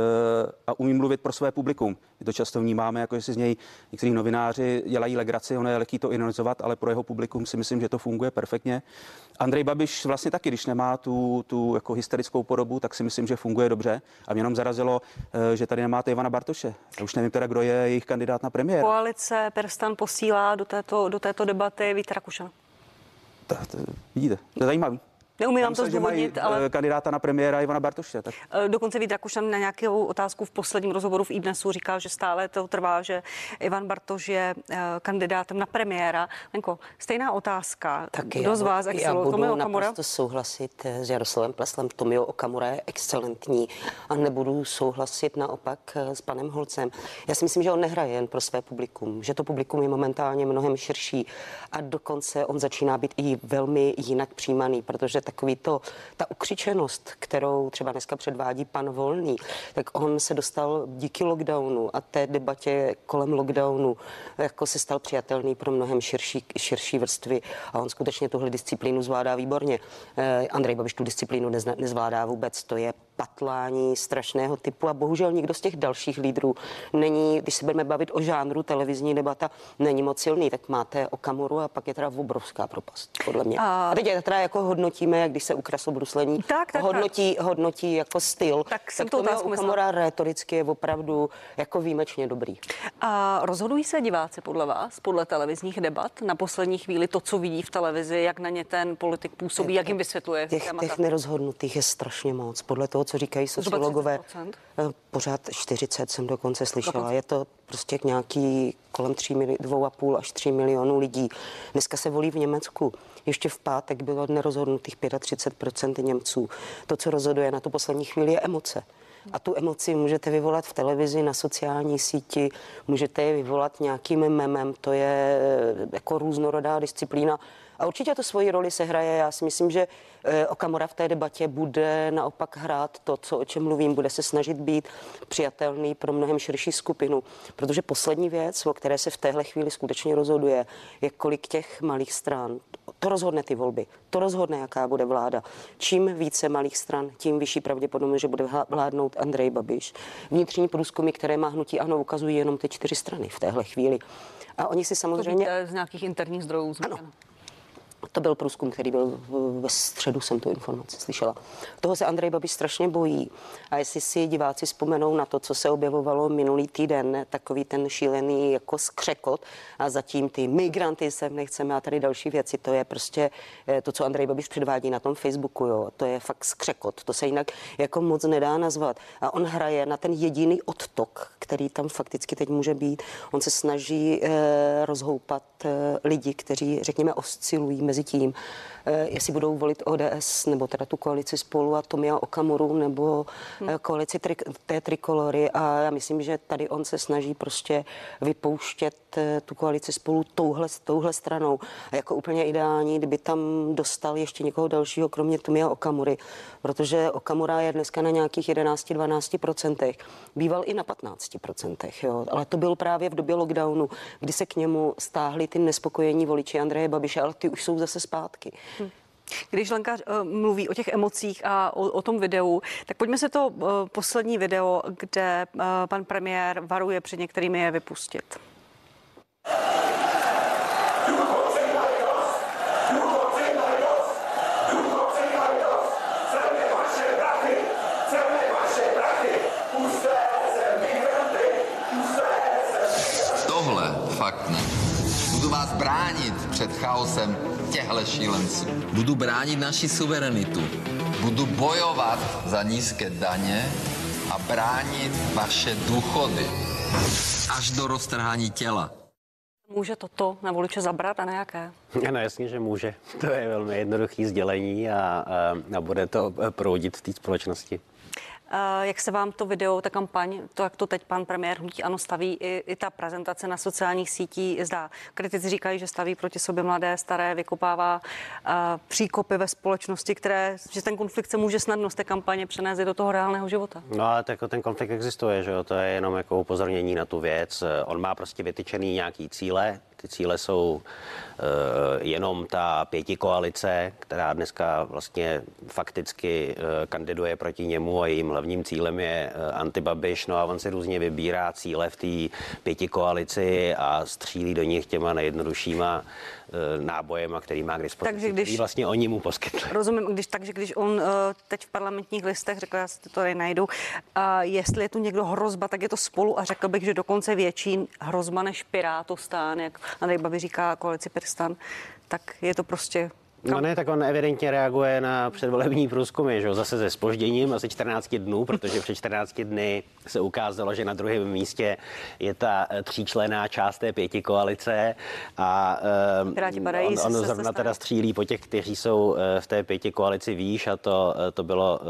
mluvit pro své publikum. My to často vnímáme, jako že si z něj někteří novináři dělají legraci, ono je lehký to ironizovat, ale pro jeho publikum si myslím, že to funguje perfektně. Andrej Babiš vlastně taky, když nemá tu jako hysterickou podobu, tak si myslím, že funguje dobře. A mě jenom zarazilo, že tady nemáte Ivana Bartoše. Já už nevím teda, kdo je jejich kandidát na premiéra. Koalice Perstan posílá do této debaty Víta Rakušana. Vidíte, to je zajímavý. Neumím vám to zdůvodnit, ale kandidáta na premiéra Ivana Bartoše. Tak. Dokonce Vít Rakušan na nějakou otázku v posledním rozhovoru v iDnesu říkal, že stále to trvá, že Ivan Bartoš je kandidátem na premiéra. Lenko, stejná otázka. Kdo z vás já budu naprosto souhlasit s Jaroslavem Pleslem. Tomio Okamura je excelentní a nebudu souhlasit naopak s panem Holcem. Já si myslím, že on nehraje jen pro své publikum, že to publikum je momentálně mnohem širší a dokonce on začíná být i velmi jinak přijímaný, protože ta ukřičenost, kterou třeba dneska předvádí pan Volný, tak on se dostal díky lockdownu a té debatě kolem lockdownu jako se stal přijatelný pro mnohem širší vrstvy a on skutečně tuhle disciplínu zvládá výborně. Andrej Babiš tu disciplínu nezvládá vůbec, to je patlání strašného typu a bohužel nikdo z těch dalších lídrů není, když se budeme bavit o žánru televizní debata, není moc silný, tak máte Okamuru a pak je teda obrovská propast, podle mě. A teď teda jako hodnotíme, jak když se ukresl bruslení, hodnotí jako styl, tak to Okamura rétoricky je opravdu jako výjimečně dobrý. A rozhodují se diváci podle vás, podle televizních debat na poslední chvíli to, co vidí v televizi, jak na ně ten politik působí, jak jim vysvětluje těch nerozhodnutých je strašně moc. Podle toho, co říkají sociologové, pořád 40 jsem dokonce slyšela. Je to prostě nějaký kolem 2,5 až 3 milionů lidí. Dneska se volí v Německu. Ještě v pátek bylo nerozhodnutých 35% Němců. To, co rozhoduje na tu poslední chvíli, je emoce. A tu emoci můžete vyvolat v televizi, na sociální síti, můžete je vyvolat nějakým memem, to je jako různorodá disciplína. A určitě to svoji roli sehraje. Já si myslím, že Okamura v té debatě bude naopak hrát to, o čem mluvím, bude se snažit být přijatelný pro mnohem širší skupinu. Protože poslední věc, o které se v téhle chvíli skutečně rozhoduje, je kolik těch malých stran. To rozhodne ty volby. To rozhodne, jaká bude vláda. Čím více malých stran, tím vyšší pravděpodobnost, že bude vládnout Andrej Babiš. Vnitřní průzkumy, které má hnutí ANO, ukazují jenom ty 4 strany v téhle chvíli. A oni si samozřejmě... To z nějakých interních zdrojů. Ano. To byl průzkum, který byl ve středu, jsem tu informaci slyšela. Toho se Andrej Babiš strašně bojí. A jestli si diváci vzpomenou na to, co se objevovalo minulý týden, takový ten šílený jako skřekot a zatím ty migranty sem nechceme a tady další věci, to je prostě to, co Andrej Babiš předvádí na tom Facebooku, jo, to je fakt skřekot. To se jinak jako moc nedá nazvat. A on hraje na ten jediný odtok, který tam fakticky teď může být. On se snaží rozhoupat lidi, kteří, řekněme, oscilují mezi tím, jestli budou volit ODS nebo teda tu koalici Spolu a Tomia Okamuru nebo koalici té trikolory a já myslím, že tady on se snaží prostě vypouštět tu koalici Spolu touhle stranou. A jako úplně ideální, kdyby tam dostal ještě někoho dalšího, kromě Tomia Okamury, protože Okamura je dneska na nějakých 11-12%, býval i na 15%, jo. Ale to byl právě v době lockdownu, kdy se k němu stáhli ty nespokojení voliči Andreje Babiše, ale ty už jsou zase zpátky. Když Lenka mluví o těch emocích a o tom videu, tak pojďme se to poslední video, kde pan premiér varuje před některými, je vypustit. Tohle fakt ne. Budu vás bránit před chaosem těchto šílenců. Budu bránit naši suverenitu. Budu bojovat za nízké daně a bránit vaše důchody. Až do roztrhání těla. Může toto na voliče zabrat a nějaké? No jasně, že může. To je velmi jednoduché sdělení a bude to proudit v té společnosti. Jak se vám to video, ta kampaň, to, jak to teď pan premiér hnutí ANO staví, i ta prezentace na sociálních sítích zdá? Kritici říkají, že staví proti sobě mladé, staré, vykopává příkopy ve společnosti, že ten konflikt se může snadno z té kampaně přenést do toho reálného života. No ale tak ten konflikt existuje, že jo? To je jenom jako upozornění na tu věc. On má prostě vytyčený nějaký cíle. Ty cíle jsou jenom ta pětikoalice, která dneska vlastně fakticky kandiduje proti němu a jejím hlavním cílem je antibabiš. No a on si různě vybírá cíle v té pětikoalici a střílí do nich těma nejjednoduššíma nábojema, který má k dispozici, který vlastně oni mu poskytli. Rozumím, když on teď v Parlamentních listech, řekl, já si to tady najdu, jestli je tu někdo hrozba, tak je to Spolu a řekl bych, že dokonce větší hrozba než Pirátostán, jak Andrej Babiš říká koalici PirSTAN, tak je to prostě No ne, tak on evidentně reaguje na předvolební průzkumy, že jo, zase se zpožděním asi 14 dnů, protože před 14 dny se ukázalo, že na druhém místě je ta tříčlenná část té pětikoalice a on zrovna teda střílí po těch, kteří jsou v té pětikoalici výš a to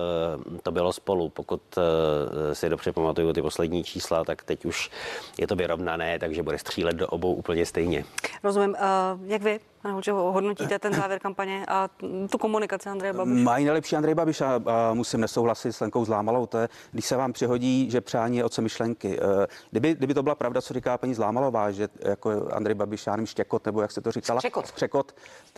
bylo Spolu. Pokud si dobře pamatuju ty poslední čísla, tak teď už je to vyrovnané, takže bude střílet do obou úplně stejně. Rozumím. Jak vy, pane Holčeho, hodnotíte ten závěr kampaně a tu komunikaci Andreje Babiše? Mají nejlepší Andrej Babiš a musím nesouhlasit s Lenkou Zlámalou. To je, když se vám přihodí, že přání je otce myšlenky. Kdyby to byla pravda, co říká paní Zlámalová, že jako Andrej Babiš, já nevím, štěkot, nebo jak se to říkala? Skřekot.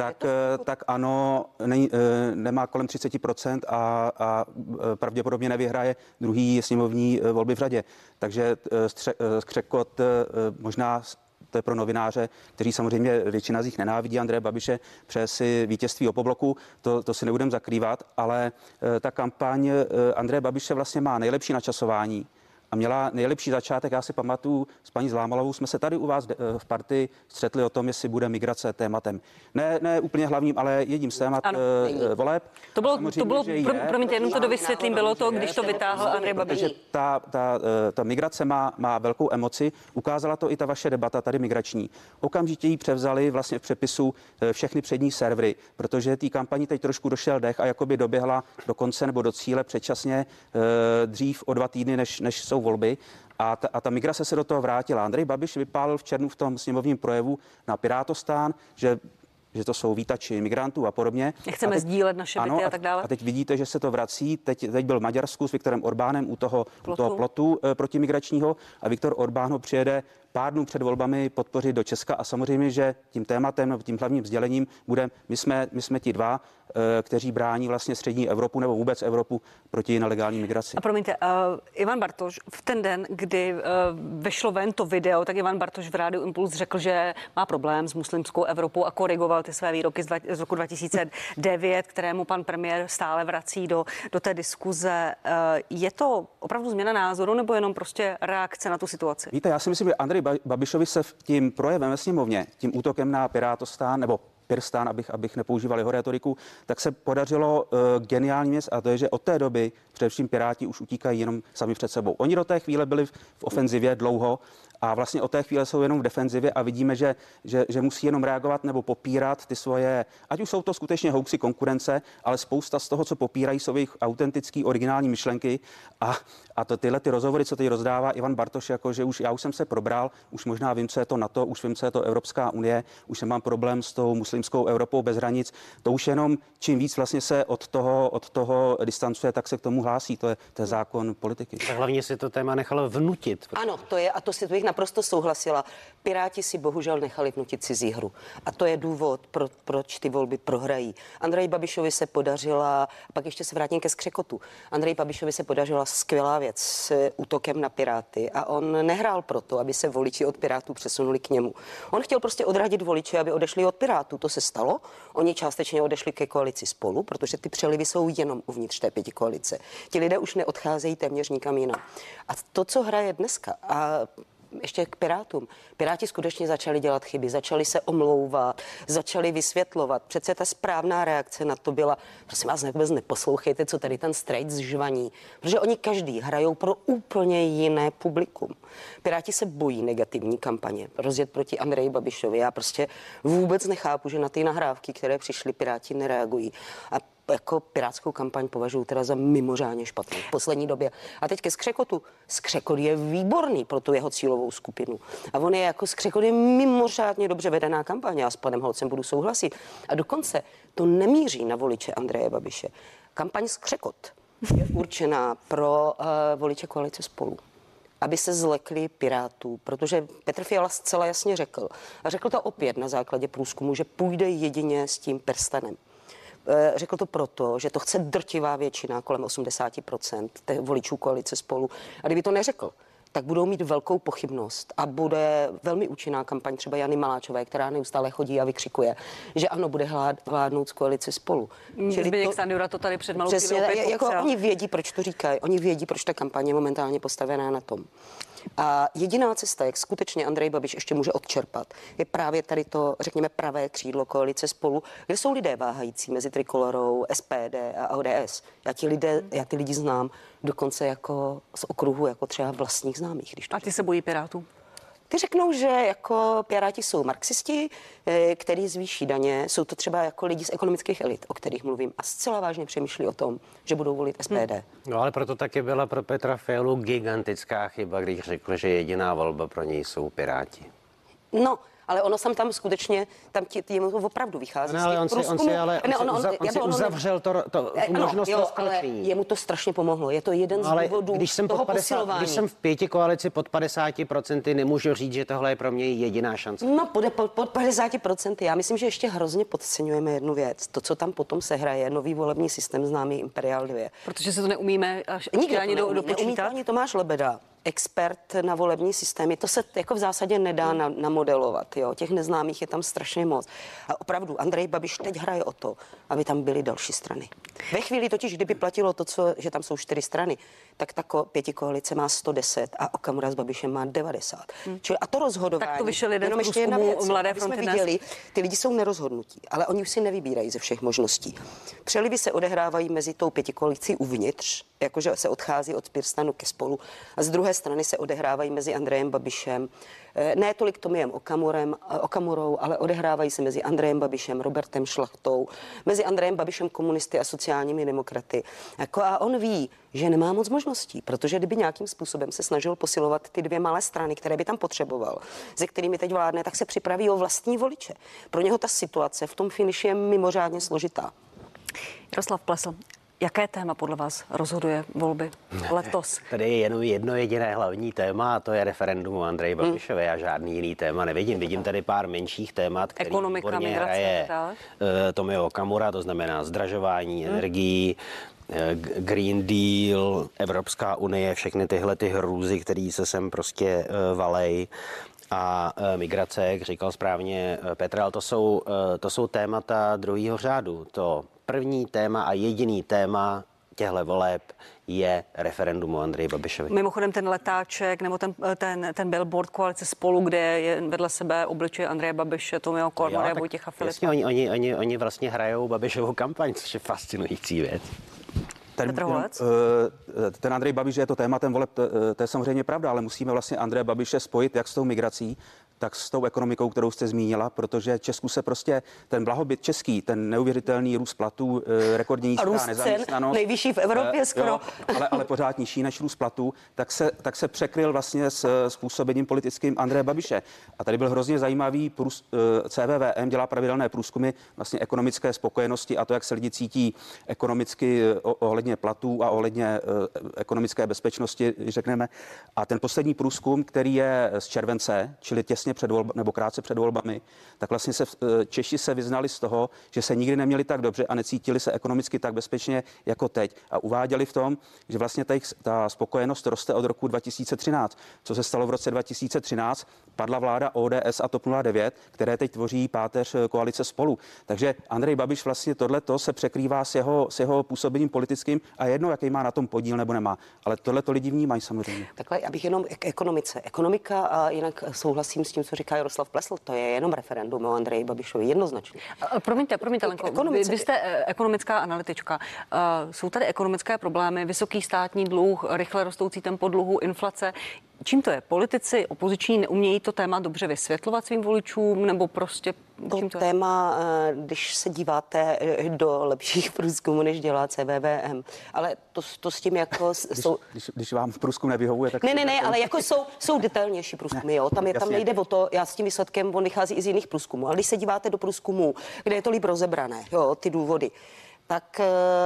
Tak ano, nemá kolem 30% a pravděpodobně nevyhraje druhý sněmovní volby v řadě. Takže skřekot možná to je pro novináře, kteří samozřejmě většina z nich nenávidí Andreje Babiše, přeje si vítězství o pobloku, to si nebudeme zakrývat, ale ta kampaň Andreje Babiše vlastně má nejlepší načasování a měla nejlepší začátek. Já si pamatuju, s paní Zlámalovou jsme se tady u vás v partii střetli o tom, jestli bude migrace tématem. Ne úplně hlavním, ale jedním z témat voleb. To bylo promiňte, jenom to dovysvětlím, bylo to, když to vytáhl Andrej Babiš. Protože ta migrace má velkou emoci, ukázala to i ta vaše debata tady migrační. Okamžitě ji převzali vlastně v přepisu všechny přední servery, protože té kampani teď trošku došel dech a jakoby doběhla do konce nebo do cíle předčasně dřív o 2 týdny, než jsou volby. A ta migrace se do toho vrátila. Andrej Babiš vypálil v červnu v tom sněmovním projevu na Pirátostán, že to jsou vítači migrantů a podobně. Nechceme sdílet naše byty a tak dále. A teď vidíte, že se to vrací. Teď byl v Maďarsku s Viktorem Orbánem u toho plotu protimigračního a Viktor Orbán ho přijede pár dnů před volbami podpořit do Česka a samozřejmě, že tím tématem nebo tím hlavním sdělením bude, my jsme ti dva, kteří brání vlastně střední Evropu nebo vůbec Evropu proti nelegální migraci. A promiňte, Ivan Bartoš v ten den, kdy vyšlo ven to video, tak Ivan Bartoš v Rádiu Impuls řekl, že má problém s muslimskou Evropou a korigoval ty své výroky z roku 2009, kterému pan premiér stále vrací do té diskuze. Je to opravdu změna názoru nebo jenom prostě reakce na tu situaci? Víte, já si myslím, že Andrej Babišovi se tím projevem ve sněmovně, tím útokem na Pirátostán nebo Pirstán, abych nepoužíval jeho rétoriku, tak se podařilo geniální věc a to je, že od té doby především Piráti už utíkají jenom sami před sebou. Oni do té chvíle byli v ofenzivě dlouho a vlastně od té chvíle jsou jenom v defenzivě a vidíme, že musí jenom reagovat nebo popírat ty svoje, ať už jsou to skutečně hoaxy konkurence, ale spousta z toho, co popírají, jsou jejich autentický, originální myšlenky a tyhle ty rozhovory, co teď rozdává Ivan Bartoš, jako že já už jsem se probral, už možná vím, co je to NATO, už vím, co je to Evropská unie, už nemám problém s tou muslimskou Evropou bez hranic. To už jenom čím víc vlastně se od toho distancuje, tak se k tomu hlásí. To je zákon politiky. Tak hlavně si to téma nechalo vnutit. Ano, to je, a to si bych naprosto souhlasila. Piráti si bohužel nechali vnutit cizí hru. A to je důvod, proč ty volby prohrají. Andreji Babišovi se podařila, pak ještě se vrátím ke skřekotu. Andreji Babišovi se podařila skvělá věc s útokem na Piráty a on nehrál proto, aby se voliči od Pirátů přesunuli k němu. On chtěl prostě odradit voliče, aby odešli od Pirátů. To se stalo. Oni částečně odešli ke koalici Spolu, protože ty přelivy jsou jenom uvnitř té pětikoalice. Ti lidé už neodcházejí téměř nikam jinam. A to, co hraje dneska, a ještě k Pirátům. Piráti skutečně začali dělat chyby, začali se omlouvat, začali vysvětlovat. Přece ta správná reakce na to byla, prosím vás, vůbec neposlouchejte, co tady ten strejc zžvaní, protože oni každý hrajou pro úplně jiné publikum. Piráti se bojí negativní kampaně, rozjet proti Andreji Babišovi. Já prostě vůbec nechápu, že na ty nahrávky, které přišly, Piráti nereagují. A jako pirátskou kampaň považuji teda za mimořádně špatnou v poslední době. A teď ke skřekotu. Skřekot je výborný pro tu jeho cílovou skupinu. A on je jako skřekot je mimořádně dobře vedená kampaň. Já s panem Holcem budu souhlasit. A dokonce to nemíří na voliče Andreje Babiše. Kampaň skřekot je určená pro voliče koalice Spolu, aby se zlekli Pirátů, protože Petr Fiala zcela jasně řekl, a řekl to opět na základě průzkumu, že půjde jedině s tím prstenem. Řekl to proto, že to chce drtivá většina, kolem 80% voličů koalice Spolu. A kdyby to neřekl, tak budou mít velkou pochybnost a bude velmi účinná kampaň třeba Jany Maláčové, která neustále chodí a vykřikuje, že ano, bude vládnout z koalice Spolu. Zbyněk Stanjura to tady před malou chvílí jako oni vědí, proč to říkají. Oni vědí, proč ta kampaň je momentálně postavená na tom. A jediná cesta, jak skutečně Andrej Babiš ještě může odčerpat, je právě tady to, řekněme, pravé křídlo koalice Spolu, kde jsou lidé váhající mezi Trikolorou, SPD a ODS. Já ty lidi znám dokonce jako z okruhu, jako třeba vlastních známých. Když to a ty se bojí Pirátů? Ty řeknou, že jako Piráti jsou marxisti, který zvýší daně. Jsou to třeba jako lidi z ekonomických elit, o kterých mluvím. A zcela vážně přemýšlí o tom, že budou volit SPD. No ale proto taky byla pro Petra Fialu gigantická chyba, když řekl, že jediná volba pro něj jsou Piráti. No, ale ono tam skutečně, jemu to opravdu vychází. No, ale on si uzavřel tu možnost jo, ale jemu to strašně pomohlo. Je to jeden z důvodů toho posilování. Když jsem v pěti koalici pod 50%, nemůžu říct, že tohle je pro mě jediná šance. No, pod 50%. Já myslím, že ještě hrozně podceňujeme jednu věc. To, co tam potom se hraje, nový volební systém známý Imperial 2. Protože se to neumíme až ani dopočítat. Neumí to ani Tomáš Lebeda, expert na volební systémy. To se jako v zásadě nedá namodelovat. Jo? Těch neznámých je tam strašně moc. A opravdu Andrej Babiš teď hraje o to, aby tam byly další strany. Ve chvíli totiž, kdyby platilo to, že tam jsou 4 strany, tak ta pětikoalice má 110 a Okamura s Babišem má 90. Čili a to rozhodování. Tak to vyšel jeden z průzkumů Mladé fronty dnes. Viděli, ty lidi jsou nerozhodnutí, ale oni už si nevybírají ze všech možností. Přelivy se odehrávají mezi tou pětikoalicí uvnitř, jakože se odchází od PirSTANu ke Spolu, a z druhé strany se odehrávají mezi Andrejem Babišem, ne tolik Tomiem Okamurou, ale odehrávají se mezi Andrejem Babišem, Robertem Šlachtou, mezi Andrejem Babišem komunisty a sociálními demokraty. A on ví, že nemá moc možností, protože kdyby nějakým způsobem se snažil posilovat ty 2 malé strany, které by tam potřeboval, se kterými teď vládne, tak se připraví o vlastní voliče. Pro něho ta situace v tom finiši je mimořádně složitá. Jaroslav Plesl, jaké téma podle vás rozhoduje volby letos? Tady je jenom jedno jediné hlavní téma a to je referendum o Andreji Babišovi. Já žádný jiný téma nevidím. Vidím tady pár menších témat, který výborně hraje Tomio Okamura, to znamená zdražování energií, Green Deal, Evropská unie, všechny tyhle ty hrůzy, které se sem prostě valej. A migrace, jak říkal správně Petr, ale to jsou témata druhého řádu. To první téma a jediný téma těchto voleb je referendum o Andreji Babišovi. Mimochodem ten letáček nebo ten billboard koalice Spolu, kde je vedle sebe obličeje Andreje Babiše, Tomio Okamura, Vojtěcha Filipa. Oni vlastně hrajou Babišovu kampaň, což je fascinující věc. Ten Andrej Babiš, že je to tématem voleb, to je samozřejmě pravda, ale musíme vlastně Andreje Babiše spojit jak s tou migrací, tak s tou ekonomikou, kterou jste zmínila, protože Česku se prostě ten blahobyt český, ten neuvěřitelný růst platů, rekordní nízká nezaměstnanost, nejvyšší v Evropě skoro. Jo, ale pořád nižší než růst platů, tak se překryl vlastně s působením politickým Andreje Babiše. A tady byl hrozně zajímavý CVVM dělá pravidelné průzkumy vlastně ekonomické spokojenosti a to, jak se lidi cítí ekonomicky ohledně platů a ohledně ekonomické bezpečnosti, řekneme. A ten poslední průzkum, který je z července, čili těsně před volbami nebo krátce před volbami, tak vlastně Češi se vyznali z toho, že se nikdy neměli tak dobře a necítili se ekonomicky tak bezpečně jako teď. A uváděli v tom, že vlastně ta spokojenost roste od roku 2013. Co se stalo v roce 2013? Padla vláda ODS a TOP 09, které teď tvoří páteř koalice Spolu. Takže Andrej Babiš vlastně tohleto se překrývá s jeho působením politickým a jedno, jaký má na tom podíl nebo nemá. Ale tohleto lidi vnímají samozřejmě. Takhle, abych jenom k ekonomice. Ekonomika a jinak souhlasím s tím, co říká Jaroslav Plesl, to je jenom referendum o Andreji Babišovi, jednoznačně. Promiňte, Lenko, vy jste ekonomická analytička. Jsou tady ekonomické problémy, vysoký státní dluh, rychle rostoucí tempo dluhu, inflace. Čím to je? Politici opoziční neumějí to téma dobře vysvětlovat svým voličům, nebo prostě čím to téma, když se díváte do lepších průzkumů, než dělá CVVM, ale to s tím jako když vám průzkum nevyhovuje, tak ne, ale jako jsou detailnější průzkumy, jo. Tam nejde o to, já s tím výsledkem, on vychází i z jiných průzkumů, ale když se díváte do průzkumů, kde je to líp rozebrané, jo, ty důvody, tak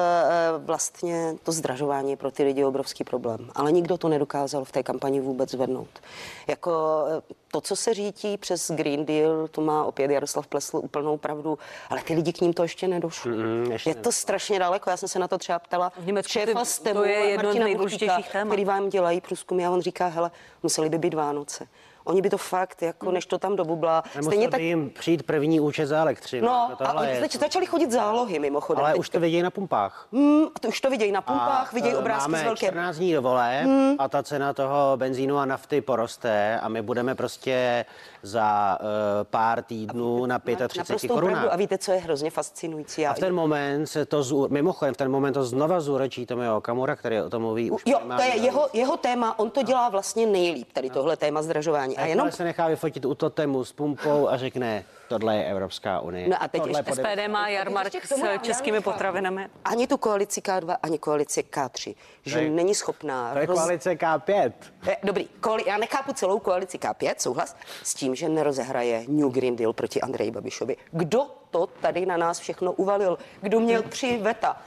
vlastně to zdražování je pro ty lidi obrovský problém. Ale nikdo to nedokázal v té kampani vůbec zvednout. Jako to, co se řítí přes Green Deal, to má opět Jaroslav Plesl úplnou pravdu, ale ty lidi k ním to ještě nedošlo. Je to strašně daleko. Já jsem se na to třeba ptala šéfa STEMu, to je jedno z nejdůležitějších témat, který vám dělají průzkumy a on říká, hele, museli by být Vánoce. Oni by to fakt, jako než to tam dobublá. Stejně tak jim přijít první účet za elektřinu. No, a oni teď začali chodit zálohy mimochodem. Ale už to vidějí na pumpách. Už to vidějí na pumpách, vidějí obrázky z velké. 14 dní dovole a ta cena toho benzínu a nafty poroste a my budeme prostě za pár týdnů na 35 korunách. A víte, co je hrozně fascinující? A v ten moment se to, mimochodem, v ten moment to znova zúročí Tomio Okamura, který o tom mluví už. Jo, to je jeho téma, on to dělá vlastně nejlíp, tady tohle téma zdražování. A jenom se nechá vyfotit u Totemu s pumpou a řekne, tohle je Evropská unie. No a teď SPD má jarmark s českými potravinami. Ani tu koalici K2, ani koalici K3, že není schopná. To je koalice K5. Dobrý, já nechápu celou koalici K5, souhlas, s tím, že nerozehraje New Green Deal proti Andreji Babišovi. Kdo to tady na nás všechno uvalil? Kdo měl 3 veta?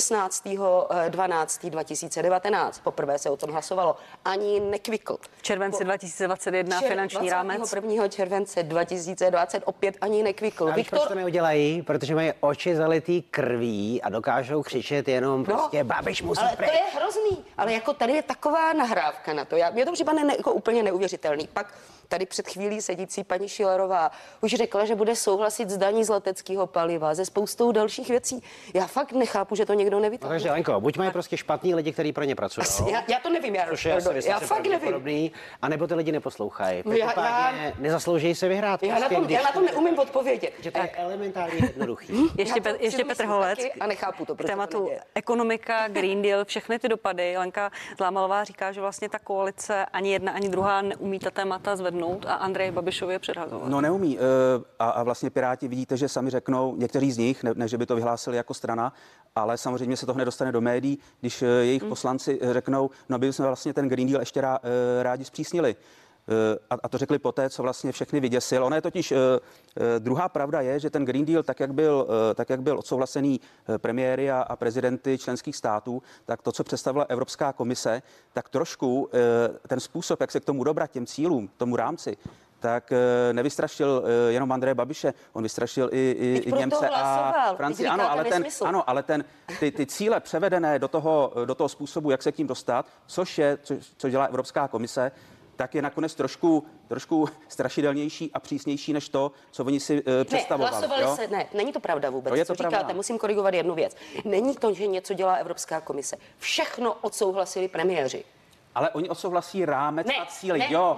16.12.2019. Poprvé se o tom hlasovalo. Ani nekvikl. V červenci 2021 finanční rámec. 1. července 2020 opět ani nekvikl. A Viktor... proč to neudělají? Protože mají oči zalitý krví a dokážou křičet jenom prostě Babiš musí ale pryč. To je hrozný. Ale jako tady je taková nahrávka na to. Mě to připadne jako úplně neuvěřitelný. Pak tady před chvílí sedící paní Schillerová už řekla, že bude souhlasit s daní z leteckého paliva, se spoustou dalších věcí. Já fakt nechápu, že to někdo nevytáhne. No, takže Lenko, buď mají prostě špatný lidi, kteří pro ně pracují. Já to nevím, já fakt nevím. A nebo ty lidi neposlouchají. Nezaslouží se vyhrát. Já na to neumím odpovědět. Že to je elementárně jednoduchý. Ještě Petr Holec. A nechápu to. K tématu ekonomika, Green Deal, všechny ty dopady. Lenka Dlámalová říká, že vlastně ta koalice ani jedna, ani druhá neumí ta témata zvednout a Andrej Babišovi je předhazovat. No neumí. A vlastně Piráti vidíte, že sami řeknou, někteří z nich, ne že by to vyhlásili jako strana, ale samozřejmě se to hned dostane do médií, když jejich poslanci řeknou, no by jsme vlastně ten Green Deal ještě rádi zpřísnili. A to řekli poté, co vlastně všechny vyděsil. Ona je totiž druhá pravda je, že ten Green Deal, tak jak byl odsouhlasený premiéry a prezidenty členských států, tak to, co představila Evropská komise, tak trošku ten způsob, jak se k tomu dobrat, těm cílům, tomu rámci, tak nevystrašil jenom Andreje Babiše, on vystrašil i Němce a Francii. Ano, ale ty cíle převedené do toho způsobu, jak se k tím dostat, co dělá Evropská komise, tak je nakonec trošku strašidelnější a přísnější než to, co oni si představovali. Ne, není to pravda vůbec. To říkáte, musím korigovat jednu věc. Není to, že něco dělá Evropská komise. Všechno odsouhlasili premiéři. Ale oni odsouhlasí rámec a cíle.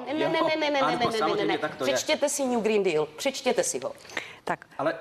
Ne. Přečtěte si New Green Deal, přečtěte si ho. Tak. Ale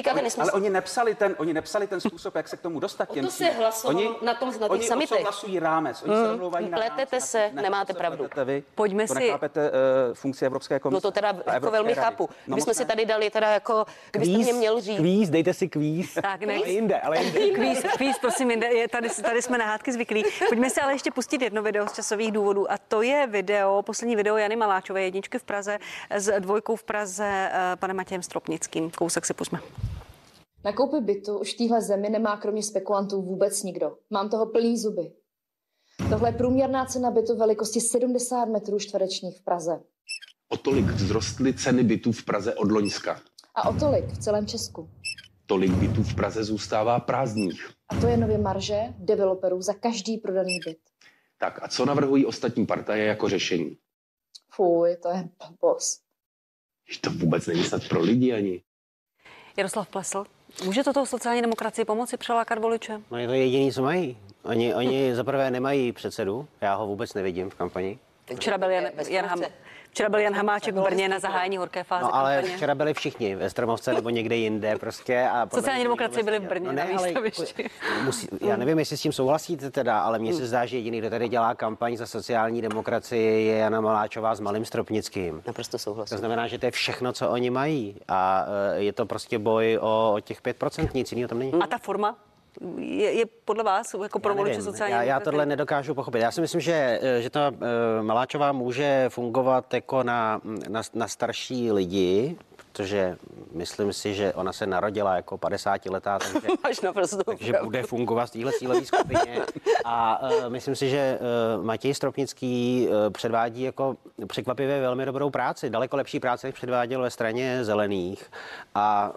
oni nepsali ten způsob, jak se k tomu dostat. To se hlasovalo na těch samitech. Oni odsouhlasují rámec, oni se domlouvají na rámec. Pletete se, nemáte pravdu. Pojďme si... Nechápete funkci Evropské komise. No to teda jako velmi chápu. Kdybychom si tady dali teda jako, kdybyste mě měl říct. Kvíz, dejte si kvíz. Tak, ne. Ale jinde. Kvíz, prosím, jinde. Tady jsme na hádky zvyklí. Pojďme si ale ještě pustit jedno video z časových důvodů a to je poslední video Jany Maláčové, jedničky v Praze s dvojkou v Praze panem Matějem Stropnickým. Kousek si pusme. Na koupi bytu už v téhle zemi nemá kromě spekulantů vůbec nikdo. Mám toho plný zuby. Tohle je průměrná cena bytu velikosti 70 metrů čtverečních v Praze. O tolik vzrostly ceny bytů v Praze od loňska. A o tolik v celém Česku. Tolik bytů v Praze zůstává prázdných. A to je nově marže developerů za každý prodaný byt. Tak a co navrhují ostatní partaje jako řešení? Fuj, to je blbost. To vůbec není snad pro lidi ani. Jaroslav Plesl, může toto sociální demokracii pomoci přilákat voliče? No je to jediný, co mají. Oni zaprvé nemají předsedu, já ho vůbec nevidím v kampani. Včera byl Jan Hamáček v Brně na zahájení horké fáze kampaně. Ale kampaně. včera byli všichni ve Stromovce nebo někde jinde prostě. A sociální demokracie byli v Brně na výstavišti. Já nevím, jestli s tím souhlasíte teda, ale mně se zdá, že jediný, kdo tady dělá kampaň za sociální demokracii, je Jana Maláčová s malým Stropnickým. Naprosto souhlasím. To znamená, že to je všechno, co oni mají. A je to prostě boj o těch 5%, nic jiného tam není. A ta forma? Je podle vás jako pro voliče sociální demokracie? Já tohle nedokážu pochopit. Já si myslím, že ta Maláčová může fungovat jako na starší lidi, protože myslím si, že ona se narodila jako 50letá, takže bude fungovat v téhle cílové skupině. A myslím si, že Matěj Stropnický předvádí jako překvapivě velmi dobrou práci. Daleko lepší práci, jak předváděl ve straně zelených. A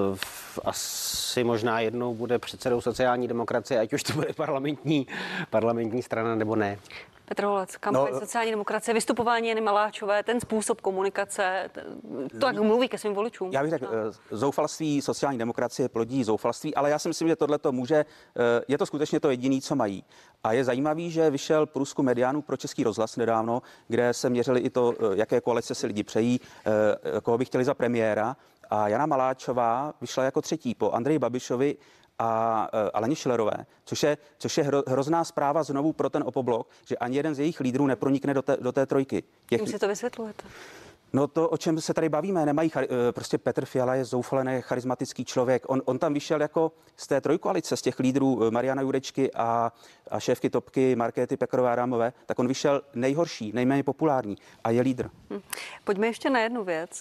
asi možná jednou bude předsedou sociální demokracie, ať už to bude parlamentní strana nebo ne. Petr Holec, kampaň sociální demokracie, vystupování Jany Maláčové, ten způsob komunikace, to jak mluví ke svým voličům. Já bych řekl, zoufalství sociální demokracie plodí zoufalství, ale já si myslím, že tohle to může, je to skutečně to jediné, co mají. A je zajímavý, že vyšel průzkum Mediánů pro Český rozhlas nedávno, kde se měřili i to, jaké koalice si lidi přejí, koho by chtěli za premiéra. A Jana Maláčová vyšla jako třetí po Andreji Babišovi a Aleně Schillerové, což je hrozná zpráva znovu pro ten Opoblok, že ani jeden z jejich lídrů nepronikne do té trojky. Jak si to vysvětlujete? No to, o čem se tady bavíme, nemají prostě Petr Fiala je zoufalený charismatický člověk. On tam vyšel jako z té trojkoalice, z těch lídrů Mariana Jurečky a šéfky Topky Markéty Pekarové Adámové, tak on vyšel nejhorší, nejméně populární a je lídr. Pojďme ještě na jednu věc.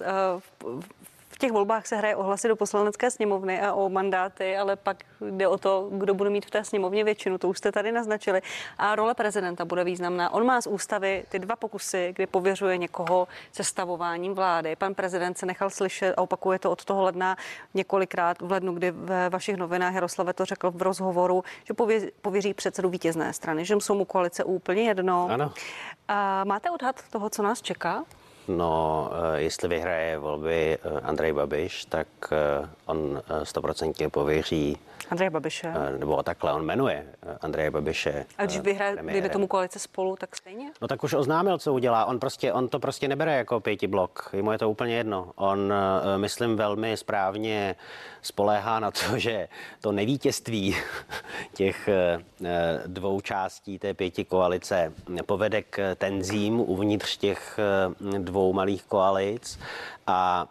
V těch volbách se hraje o hlasy do Poslanecké sněmovny a o mandáty, ale pak jde o to, kdo bude mít v té sněmovně většinu. To už jste tady naznačili. A role prezidenta bude významná. On má z ústavy ty 2 pokusy, kdy pověřuje někoho sestavováním vlády. Pan prezident se nechal slyšet a opakuje to od toho ledna několikrát v lednu, kdy ve vašich novinách Jaroslave to řekl v rozhovoru, že pověří předsedu vítězné strany, že jsou mu koalice úplně jedno. Ano. A máte odhad toho, co nás čeká? No, jestli vyhraje volby Andrej Babiš, tak on 100% pověří Andreje Babiše. Nebo takhle, on jmenuje Andreje Babiše. A když vyhraje, kdyby tomu koalice Spolu, tak stejně? No tak už oznámil, co udělá. On to prostě nebere jako 5 blok. Jemu je to úplně jedno. On, myslím, velmi správně spoléhá na to, že to nevítězství těch 2 částí té 5 koalice povede k tenzím uvnitř těch 2 malých koalic a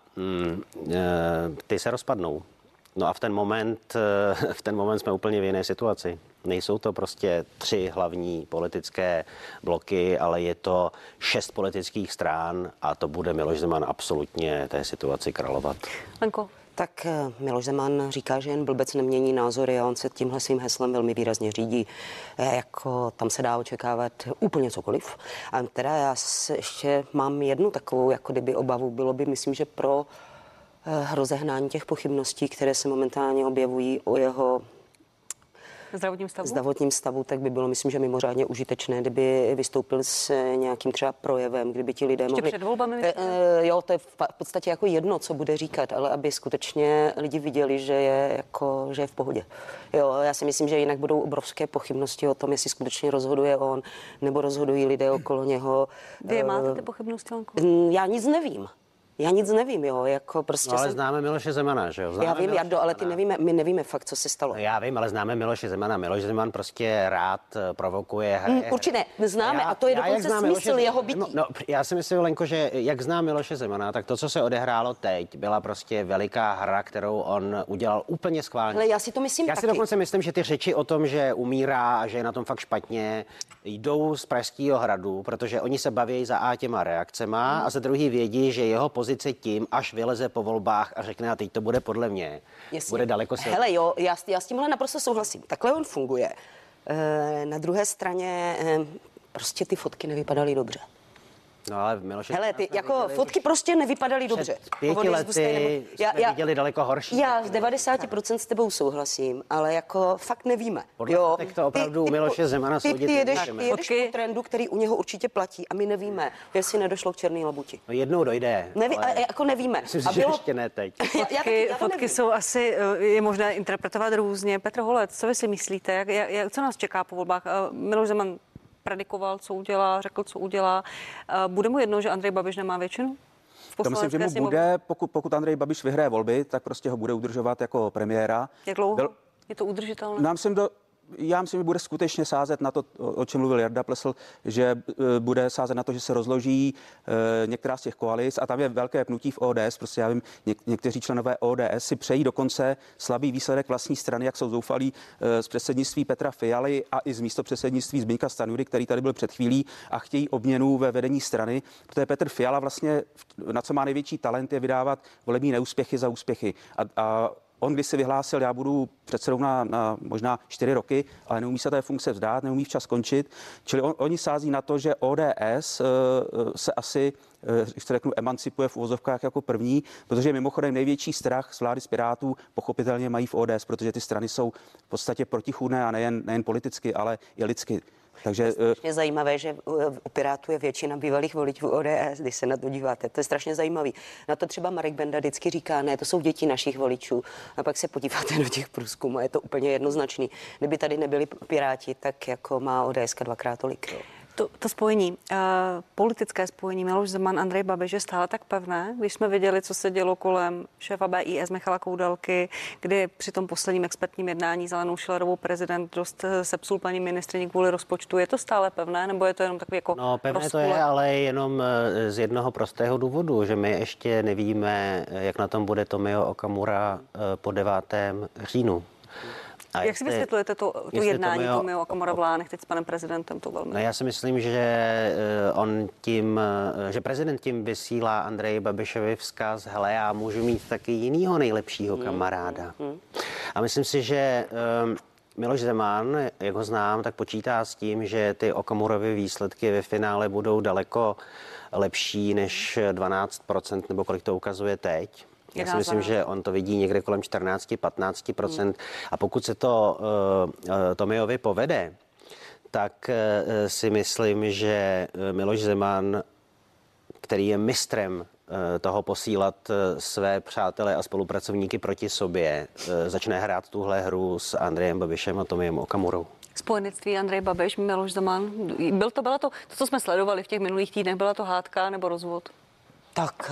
ty se rozpadnou. No a v ten moment jsme úplně v jiné situaci. Nejsou to prostě 3 hlavní politické bloky, ale je to 6 politických stran a to bude Miloš Zeman absolutně té situaci královat. Lenko. Tak Miloš Zeman říká, že jen blbec nemění názory a on se tímhle svým heslem velmi výrazně řídí. Jako tam se dá očekávat úplně cokoliv. A teda já ještě mám jednu takovou jako kdyby obavu. Bylo by, myslím, že pro rozehnání těch pochybností, které se momentálně objevují o jeho zdravotním stavu, tak by bylo, myslím, že mimořádně užitečné, kdyby vystoupil s nějakým třeba projevem, kdyby ti lidé mohli... Ještě před volbami? Jo, to je v podstatě jako jedno, co bude říkat, ale aby skutečně lidi viděli, že je v pohodě. Jo, já si myslím, že jinak budou obrovské pochybnosti o tom, jestli skutečně rozhoduje on, nebo rozhodují lidé okolo něho. Vy máte ty pochybnosti, Lenko? Já nic nevím. Já nic nevím, jo, jako prostě... No, ale známe Miloše Zemana, že jo? Já vím, Jardo, ale my nevíme fakt, co se stalo. No, já vím, ale známe Miloše Zemana. Miloš Zeman prostě rád provokuje. Určitě neznáme a to je dokonce smysl jeho bytí. No, já si myslím, Lenko, že jak znám Miloše Zemana, tak to, co se odehrálo teď, byla prostě veliká hra, kterou on udělal úplně schválně. Ale já si to myslím taky. Já si dokonce myslím, že ty řeči o tom, že umírá a že je na tom fakt špatně, jdou z Pražského hradu, protože oni se baví za A těma reakcema a za druhý vědí, že jeho pozice tím, až vyleze po volbách a řekne, a teď to bude podle mě, bude daleko silnější. Hele jo, já s tímhle naprosto souhlasím. Takhle on funguje. Na druhé straně prostě ty fotky nevypadaly dobře. No ale Miloše... Hele, ty jako fotky prostě nevypadaly dobře. 5 lety jsme viděli daleko horší. Já z 90% s tebou souhlasím, ale jako fakt nevíme. Jo, tak to opravdu u Miloše Zemana soudit. Ty jedeš po trendu, který u něho určitě platí a my nevíme, jestli nedošlo k černý labuti. No jednou dojde. Jako nevíme. Myslím si, že ještě ne teď. Fotky jsou asi, je možné interpretovat různě. Petr Holec, co vy si myslíte? Co nás čeká po volbách? Miloš Zeman predikoval, co udělá, řekl, co udělá. Bude mu jedno, že Andrej Babiš nemá většinu? To myslím, že mu bude, pokud Andrej Babiš vyhraje volby, tak prostě ho bude udržovat jako premiéra. Jak dlouho? Je to udržitelné? Já myslím, že bude skutečně sázet na to, o čem mluvil Jarda Plesl, že bude sázet na to, že se rozloží některá z těch koalic a tam je velké pnutí v ODS. Prostě já vím, někteří členové ODS si přejí dokonce slabý výsledek vlastní strany, jak jsou zoufalí z předsednictví Petra Fialy a i z místopředsednictví Zbyňka Stanjury, který tady byl před chvílí a chtějí obměnu ve vedení strany. Protože Petr Fiala vlastně, na co má největší talent, je vydávat volební neúspěchy za úspěchy. A on když si vyhlásil, já budu předsedou na možná 4 roky, ale neumí se té funkce vzdát, neumí včas skončit. Čili oni sází na to, že ODS se asi, když to řeknu, emancipuje v uvozovkách jako první, protože mimochodem největší strach z vlády z Pirátů pochopitelně mají v ODS, protože ty strany jsou v podstatě protichůdné a nejen politicky, ale i lidsky. Takže je zajímavé, že u Pirátů je většina bývalých voličů ODS, když se na to díváte. To je strašně zajímavý. Na to třeba Marek Benda vždycky říká, ne, to jsou děti našich voličů. A pak se podíváte do těch průzkumů a je to úplně jednoznačný. Kdyby tady nebyli Piráti, tak jako má ODS dvakrát tolik. Jo. To spojení, politické spojení Miloš Zeman, Andrej Babiš je stále tak pevné, když jsme viděli, co se dělo kolem šéfa BIS Michala Koudelky, kdy při tom posledním expertním jednání za Alenu Schillerovou prezident dost sepsul paní ministryni kvůli rozpočtu. Je to stále pevné, nebo je to jenom takový jako No, pevné rozpůle? to je, ale jenom z jednoho prostého důvodu, že my ještě nevíme, jak na tom bude Tomio Okamura po 9. říjnu. Jak si vysvětlujete to jednání Tomio Okamura v Lánech teď s panem prezidentem? To velmi. No, já si myslím, že že prezident tím vysílá Andreji Babišovi vzkaz, hele, já můžu mít taky jinýho nejlepšího kamaráda. A myslím si, že Miloš Zeman, jak ho znám, tak počítá s tím, že ty Okamurovy výsledky ve finále budou daleko lepší než 12%, nebo kolik to ukazuje teď. Já si myslím, že on to vidí někde kolem 14-15%. A pokud se to Tomiovi povede, tak si myslím, že Miloš Zeman, který je mistrem toho posílat své přátele a spolupracovníky proti sobě, začne hrát tuhle hru s Andrejem Babišem a Tomiem Okamurou. Spojenectví Andrej Babiš, Miloš Zeman. Bylo to, co jsme sledovali v těch minulých týdnech, byla to hádka nebo rozvod? Tak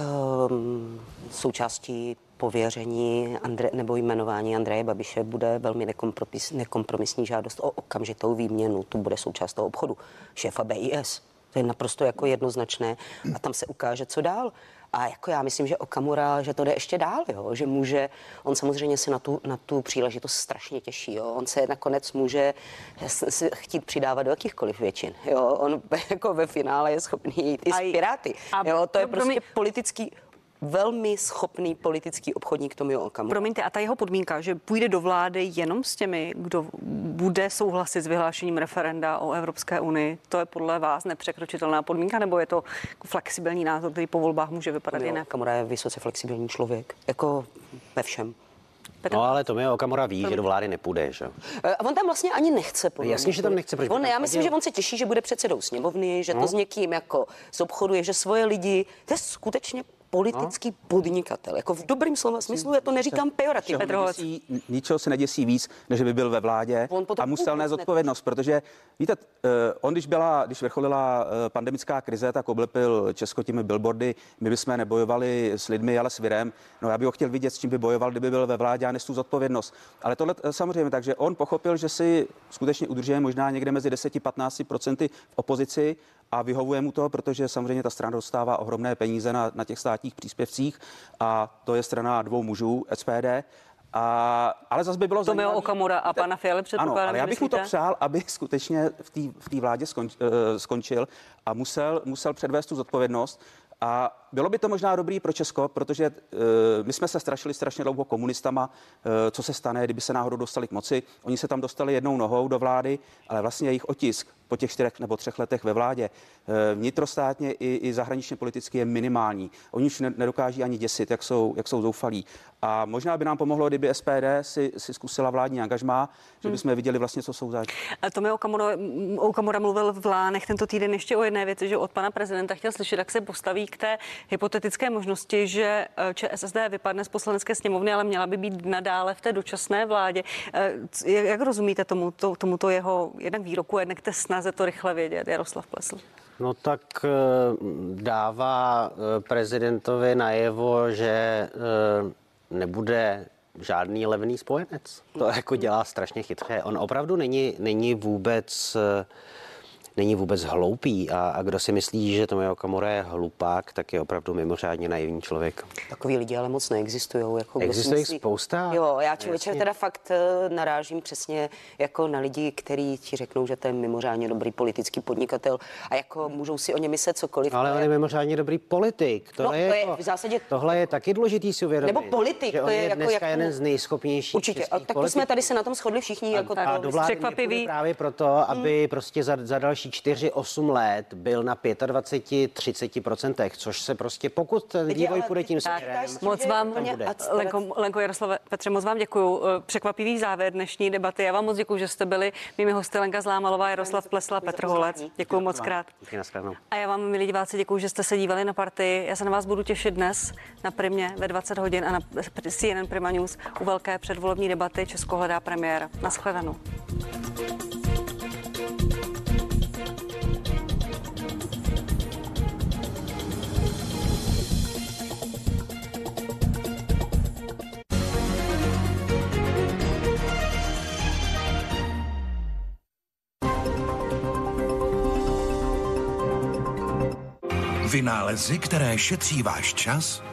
součástí pověření nebo jmenování Andreje Babiše bude velmi nekompromisní žádost o okamžitou výměnu. To bude součást toho obchodu šéfa BIS. To je naprosto jako jednoznačné a tam se ukáže, co dál. A jako já myslím, že Okamura, že to jde ještě dál, jo? Že může, on samozřejmě se na tu příležitost strašně těší, jo? On se nakonec může chtít přidávat do jakýchkoliv většin, jo? On jako ve finále je schopný jít i s Piráty, jo? To je prostě politický, velmi schopný politický obchodník Tomio Okamura. Promiňte, a ta jeho podmínka, že půjde do vlády jenom s těmi, kdo bude souhlasit s vyhlášením referenda o Evropské unii, to je podle vás nepřekročitelná podmínka, nebo je to flexibilní názor, který po volbách může vypadat jinak? Okamura je vysoce flexibilní člověk, jako ve všem. No ale Tomio Okamura ví, že do vlády nepůjde, že? A on tam vlastně ani nechce. Jasně, že tam nechce. Já myslím, že on se těší, že bude předsedou sněmovny, že to s někým jako zobchoduje, že svoje lidi, to je skutečně politický podnikatel. Jako v dobrým slova smyslu, já to neříkám pejorativně. Ničeho se neděsí víc, než by byl ve vládě a musel nést odpovědnost, protože víte, on když vrcholila pandemická krize, tak oblepil Česko těmi billboardy, my bychom nebojovali s lidmi, ale s virem. No já bych ho chtěl vidět, s čím by bojoval, kdyby byl ve vládě a nes tu zodpovědnost. Ale tohle samozřejmě, takže on pochopil, že si skutečně udržuje možná někde mezi 10-15% v opozici a vyhovuje mu to, protože samozřejmě ta strana dostává ohromné peníze na těch státních příspěvcích a to je strana dvou mužů, SPD. Ale zase by bylo Tomio Okamura a pana Fialy předpokládám. Ano, ale já bych mu to přál, aby skutečně v té vládě skončil a musel předvést tu zodpovědnost. A bylo by to možná dobrý pro Česko, protože my jsme se strašili strašně dlouho komunistama, co se stane, kdyby se náhodou dostali k moci. Oni se tam dostali jednou nohou do vlády, ale vlastně jejich otisk po těch 4 nebo 3 letech ve vládě vnitrostátně i zahraničně politicky je minimální. Oni už nedokáží ani děsit, jak jsou zoufalí. A možná by nám pomohlo, kdyby SPD si zkusila vládní angažmá, že bychom viděli vlastně, co jsou zač. Tomio Okamura mluvil v Lánech tento týden ještě o jedné věci, že od pana prezidenta chtěl slyšet, jak se postaví k té hypotetické možnosti, že ČSSD vypadne z poslanecké sněmovny, ale měla by být nadále v té dočasné vládě. Jak rozumíte tomuto jeho jednak výroku, jednak té snaze to rychle vědět, Jaroslav Plesl? No tak dává prezidentovi najevo, že nebude žádný levný spojenec. To jako dělá strašně chytře. On opravdu není vůbec hloupý a kdo si myslí, že Tomio Okamura je hlupák, tak je opravdu mimořádně naivní člověk. Takový lidi ale moc neexistují. Jako existuje jich spousta. Jo, já člověče teda fakt narážím přesně jako na lidi, kteří ti řeknou, že to je mimořádně dobrý politický podnikatel a jako můžou si o něm myslet cokoliv. Ale on je mimořádně dobrý politik. Tohle je taky důležitý si uvědomit. Nebo politik, to je dneska jeden z nejschopnějších. Určitě, tak jsme tady se na tom shodli všichni. A do vlády právě proto, aby prostě za další další 4-8 let byl na 25-30%, což se prostě, pokud ten vývoj půjde tím směrem, moc vám, Lenko, Jaroslave, Petře, moc vám děkuju. Překvapivý závěr dnešní debaty. Já vám moc děkuju, že jste byli mými hosty Lenka Zlámalová, Jaroslav Plesla, Petr Holec. Děkuju moc krát. A já vám, milí diváci, děkuju, že jste se dívali na Partii. Já se na vás budu těšit dnes na Primě ve 20 hodin a na CNN Prima News u velké předvolební debaty Česko hledá premiéra. Naschledanou. Vynálezy, které šetří váš čas